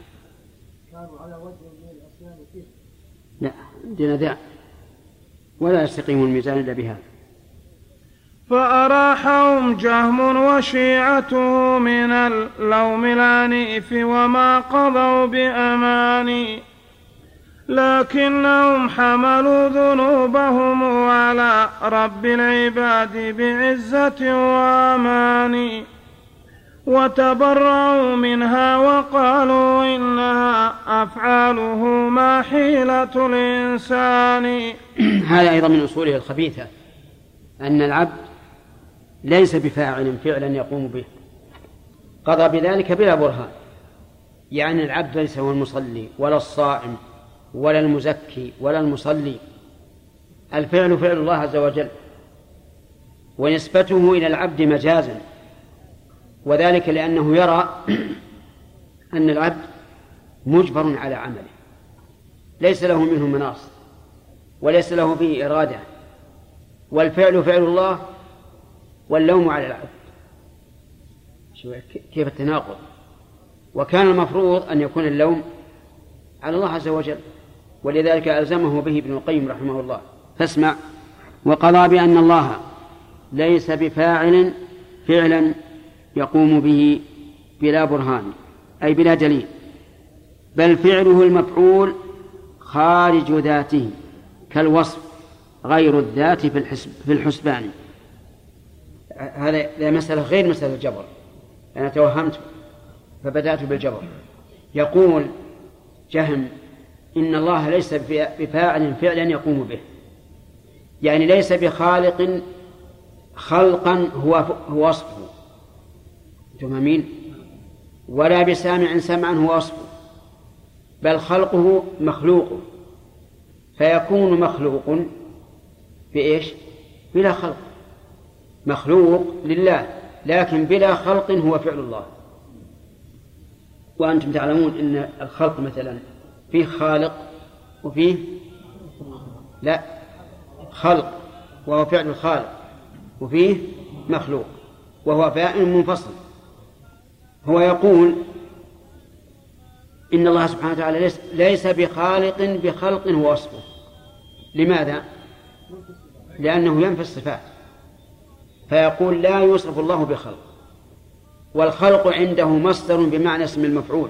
لا عندنا ذا ولا يستقيم الميزان إلا بها.
فأراحهم جهم وشيعته من اللوم العنيف وما قضوا بأمان، لكنهم حملوا ذنوبهم على رب العباد بعزة وأمان، وتبرعوا منها وقالوا إنها أفعاله ما حيلة الإنسان.
هذا أيضا من أصوله الخبيثة أن العبد ليس بفاعل فعلا يقوم به، قضى بذلك بلا برهان. يعني العبد ليس هو المصلي ولا الصائم ولا المزكي ولا المصلي، الفعل فعل الله عز وجل، ونسبته إلى العبد مجازا، وذلك لأنه يرى أن العبد مجبر على عمله ليس له منه مناص وليس له فيه إرادة، والفعل فعل الله واللوم على العبد. كيف التناقض؟ وكان المفروض أن يكون اللوم على الله عز وجل، ولذلك ألزمه به ابن القيم رحمه الله. فاسمع. وقضى بأن الله ليس بفاعل فعلا يقوم به بلا برهان أي بلا دليل، بل فعله المفعول خارج ذاته كالوصف غير الذات في الحسبان. هذا مسألة غير مسألة الجبر، أنا توهمت فبدأت بالجبر. يقول جهم إن الله ليس بفاعل فعلا يقوم به، يعني ليس بخالق خلقا هو هو وصفه، تمامين، ولا بسامع سمعا هو وصفه، بل خلقه مخلوق، فيكون مخلوق بإيش؟ بلا خلق. مخلوق لله لكن بلا خلق هو فعل الله. وأنتم تعلمون أن الخلق مثلا فيه خالق وفيه لا خلق وهو فعل الخالق، وفيه مخلوق وهو فاعل منفصل. هو يقول إن الله سبحانه وتعالى ليس بخالق بخلق هو وصفه. لماذا؟ لأنه ينفي الصفات، فيقول لا يوصف الله بخلق، والخلق عنده مصدر بمعنى اسم المفعول،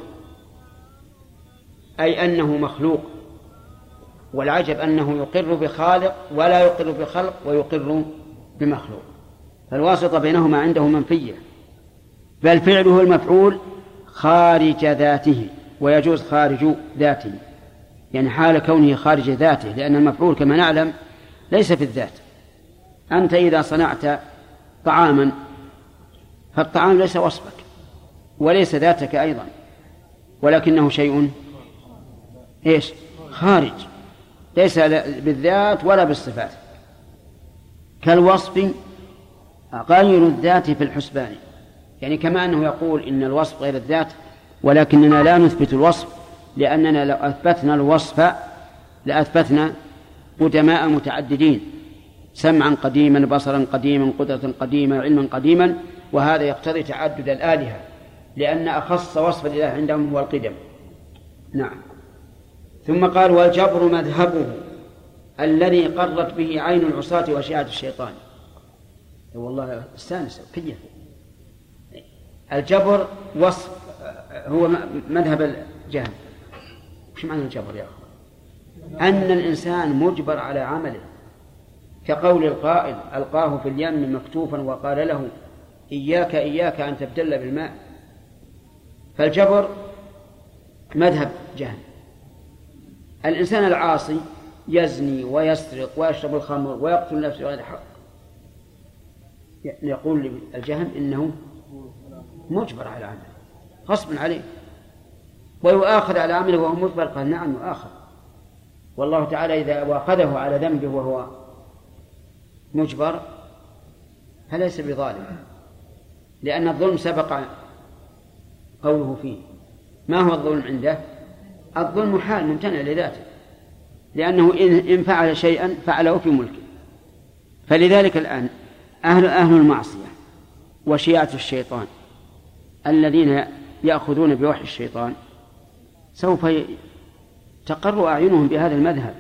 أي أنه مخلوق. والعجب أنه يقر بخالق ولا يقر بخلق ويقر بمخلوق، فالواسطة بينهما عنده منفية. بل فعله المفعول خارج ذاته، ويجوز خارج ذاته، يعني حال كونه خارج ذاته، لأن المفعول كما نعلم ليس في الذات. أنت إذا صنعت طعاما فالطعام ليس وصفك وليس ذاتك أيضا، ولكنه شيء إيش؟ خارج، ليس بالذات ولا بالصفات، كالوصف غير الذات في الحسبان. يعني كما أنه يقول إن الوصف غير الذات، ولكننا لا نثبت الوصف، لأننا لو أثبتنا الوصف لأثبتنا قدماء متعددين، سمعا قديما، بصرا قديما، قدرة قديما، علما قديما، وهذا يقتضي تعدد الآلهة، لأن أخص وصف الإله عندهم هو القدم. نعم. ثم قال والجبر مذهبه الذي قرت به عين العصاة وشيعة الشيطان. والله استانس كيف الجبر وصف هو مذهب الجهم. وش معنى الجبر يا أخي؟ أن الإنسان مجبر على عمله، كقول القائل ألقاه في اليم مكتوفا وقال له إياك إياك أن تبتل بالماء. فالجبر مذهب جهم. الإنسان العاصي يزني ويسرق ويشرب الخمر ويقتل نفسه بغير حق، يقول الجهم إنه مجبر على عمله غصب عليه، ويؤاخذ على عمله وهو مجبر. قال نعم يؤاخذ، والله تعالى إذا واخذه على ذنبه وهو مجبر فليس بظالم، لأن الظلم سبق قوله فيه. ما هو الظلم عنده؟ الظلم حال ممتنع لذاته، لأنه إن فعل شيئا فعله في ملكه. فلذلك الآن أهل أهل المعصية وشيعة الشيطان الذين يأخذون بوحي الشيطان سوف تقر أعينهم بهذا المذهب.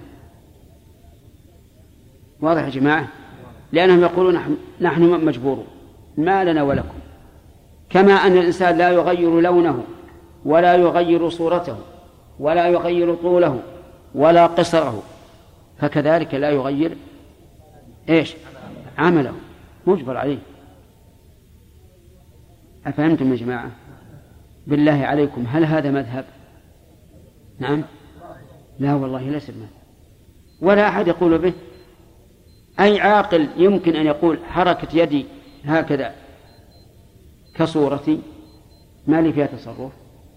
واضح يا جماعة؟ لأنهم يقولون نحن مجبورون ما لنا ولكم، كما أن الإنسان لا يغير لونه ولا يغير صورته ولا يغير طوله ولا قصره، فكذلك لا يغير إيش؟ عمله، مجبر عليه. أفهمتم يا جماعة؟ بالله عليكم هل هذا مذهب؟ نعم؟ لا والله ليس مذهب، ولا أحد يقول به. أي عاقل يمكن أن يقول حركة يدي هكذا كصورتي ما لي فيها تصرف؟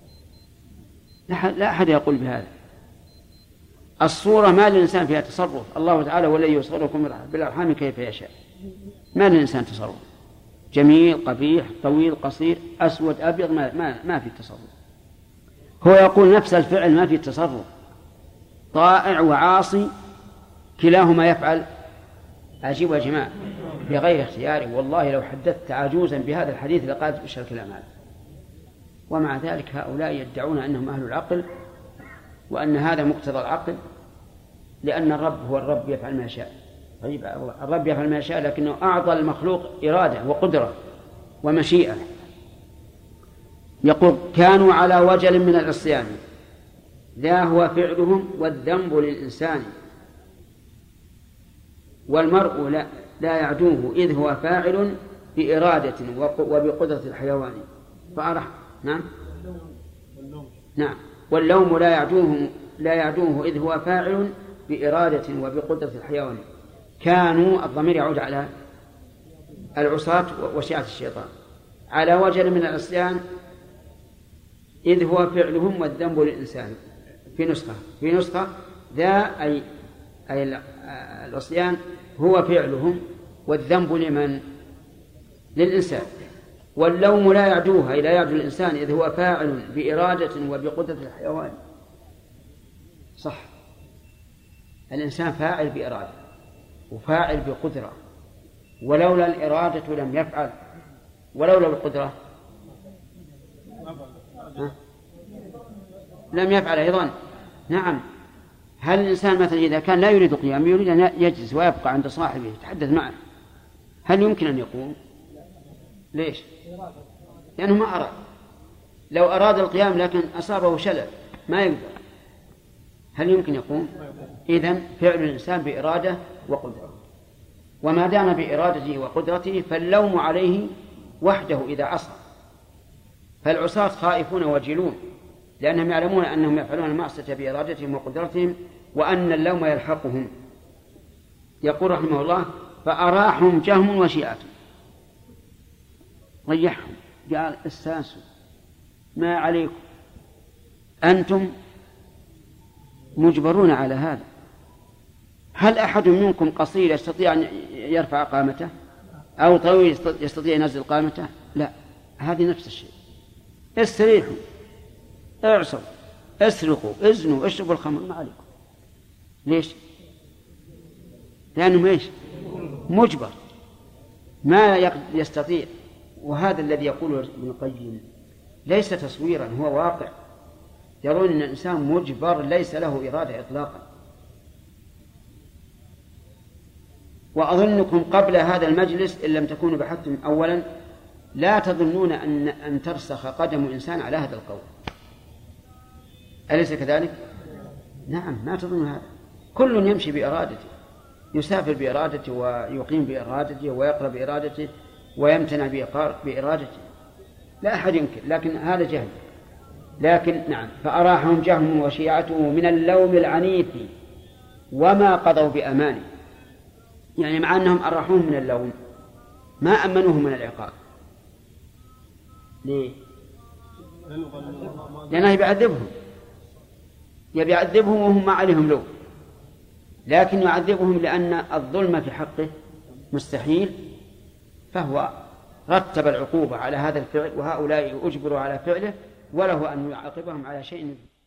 لا أحد يقول بهذا. الصورة ما للإنسان فيها تصرف، الله تعالى هو الذي يصوركم بالأرحام كيف يشاء، ما للإنسان تصرف. جميل قبيح طويل قصير أسود أبيض ما, ما, ما في تصرف. هو يقول نفس الفعل ما في تصرف، طائع وعاصي كلاهما يفعل. عجيب يا جماعة بغير اختياره. والله لو حدثت عجوزا بهذا الحديث لقالت إيش الكلام هذا. ومع ذلك هؤلاء يدعون أنهم أهل العقل وأن هذا مقتضى العقل، لأن الرب هو الرب يفعل ما يشاء. طيب الرب يفعل ما يشاء، لكنه أعطى المخلوق إرادة وقدرة ومشيئة. يقول كانوا على وجل من العصيان ذا هو فعلهم والذنب للإنسان، والمرء لا, لا يعدوه إذ هو فاعل بإرادة وبقدرة الحيوان فأرح. نعم نعم واللوم لا يعدوه لا يعدوه إذ هو فاعل بإرادة وبقدرة الحيوان. كانوا الضمير يعود على العصاة وشيعة الشيطان على وجل من العصيان إذ هو فعلهم والذنب للإنسان. في نسخة في نسخة ذا أي أي العصيان هو فعلهم والذنب لمن؟ للإنسان. واللوم لا يعدوها إذا يعدو الإنسان إذ هو فاعل بإرادة وبقدرة الحيوان. صح، الإنسان فاعل بإرادة وفاعل بقدرة، ولولا الإرادة لم يفعل، ولولا القدرة لم يفعل أيضا. نعم. هل الإنسان مثلا إذا كان لا يريد قيام يريد أن يجلس ويبقى عند صاحبه يتحدث معه، هل يمكن أن يقوم؟ ليش؟ لأنه ما أراد. لو أراد القيام لكن أصابه شلل ما يقدر، هل يمكن يقوم؟ إذن فعل الإنسان بإرادة وقدرة، وما دام بإرادته وقدرته فاللوم عليه وحده إذا عصى. فالعصاة خائفون وجلون لأنهم يعلمون أنهم يفعلون المعصية بإرادتهم وقدرتهم وأن اللوم يلحقهم. يقول رحمه الله فأراحهم جهم وشيعة، ريحهم، قال استانسوا، ما عليكم، أنتم مجبرون على هذا. هل أحد منكم قصير يستطيع أن يرفع قامته أو طويل يستطيع أن ينزل قامته؟ لا، هذه نفس الشيء. استريحوا، اعصوا، اسرقوا، ازنوا، اشربوا الخمر، ما عليكم. ليش؟ لأنه ايش؟ مجبر، ما يستطيع. وهذا الذي يقوله ابن القيم ليس تصويرا، هو واقع. يرون أن الإنسان مجبر ليس له إرادة إطلاقا. وأظنكم قبل هذا المجلس إن لم تكونوا بحثتم أولا لا تظنون أن, أن ترسخ قدم إنسان على هذا القول، أليس كذلك؟ نعم، ما تظن هذا. كل يمشي بإرادته، يسافر بإرادته ويقيم بإرادته ويقرأ بإرادته ويمتنع بإرادته، لا أحد ينكر، لكن هذا جهل. لكن نعم، فأراحهم جهم وشيعته من اللوم العنيف وما قضوا بأمانه، يعني مع أنهم أراحوهم من اللوم ما أمنوهم من العقاب. ليه؟ لأنه يعذبهم يبي يعذبهم وهم ما عليهم لوم، لكن يعذبهم لأن الظلم في حقه مستحيل، فهو رتب العقوبة على هذا الفعل، وهؤلاء أجبروا على فعله، وله أن يعاقبهم على شيء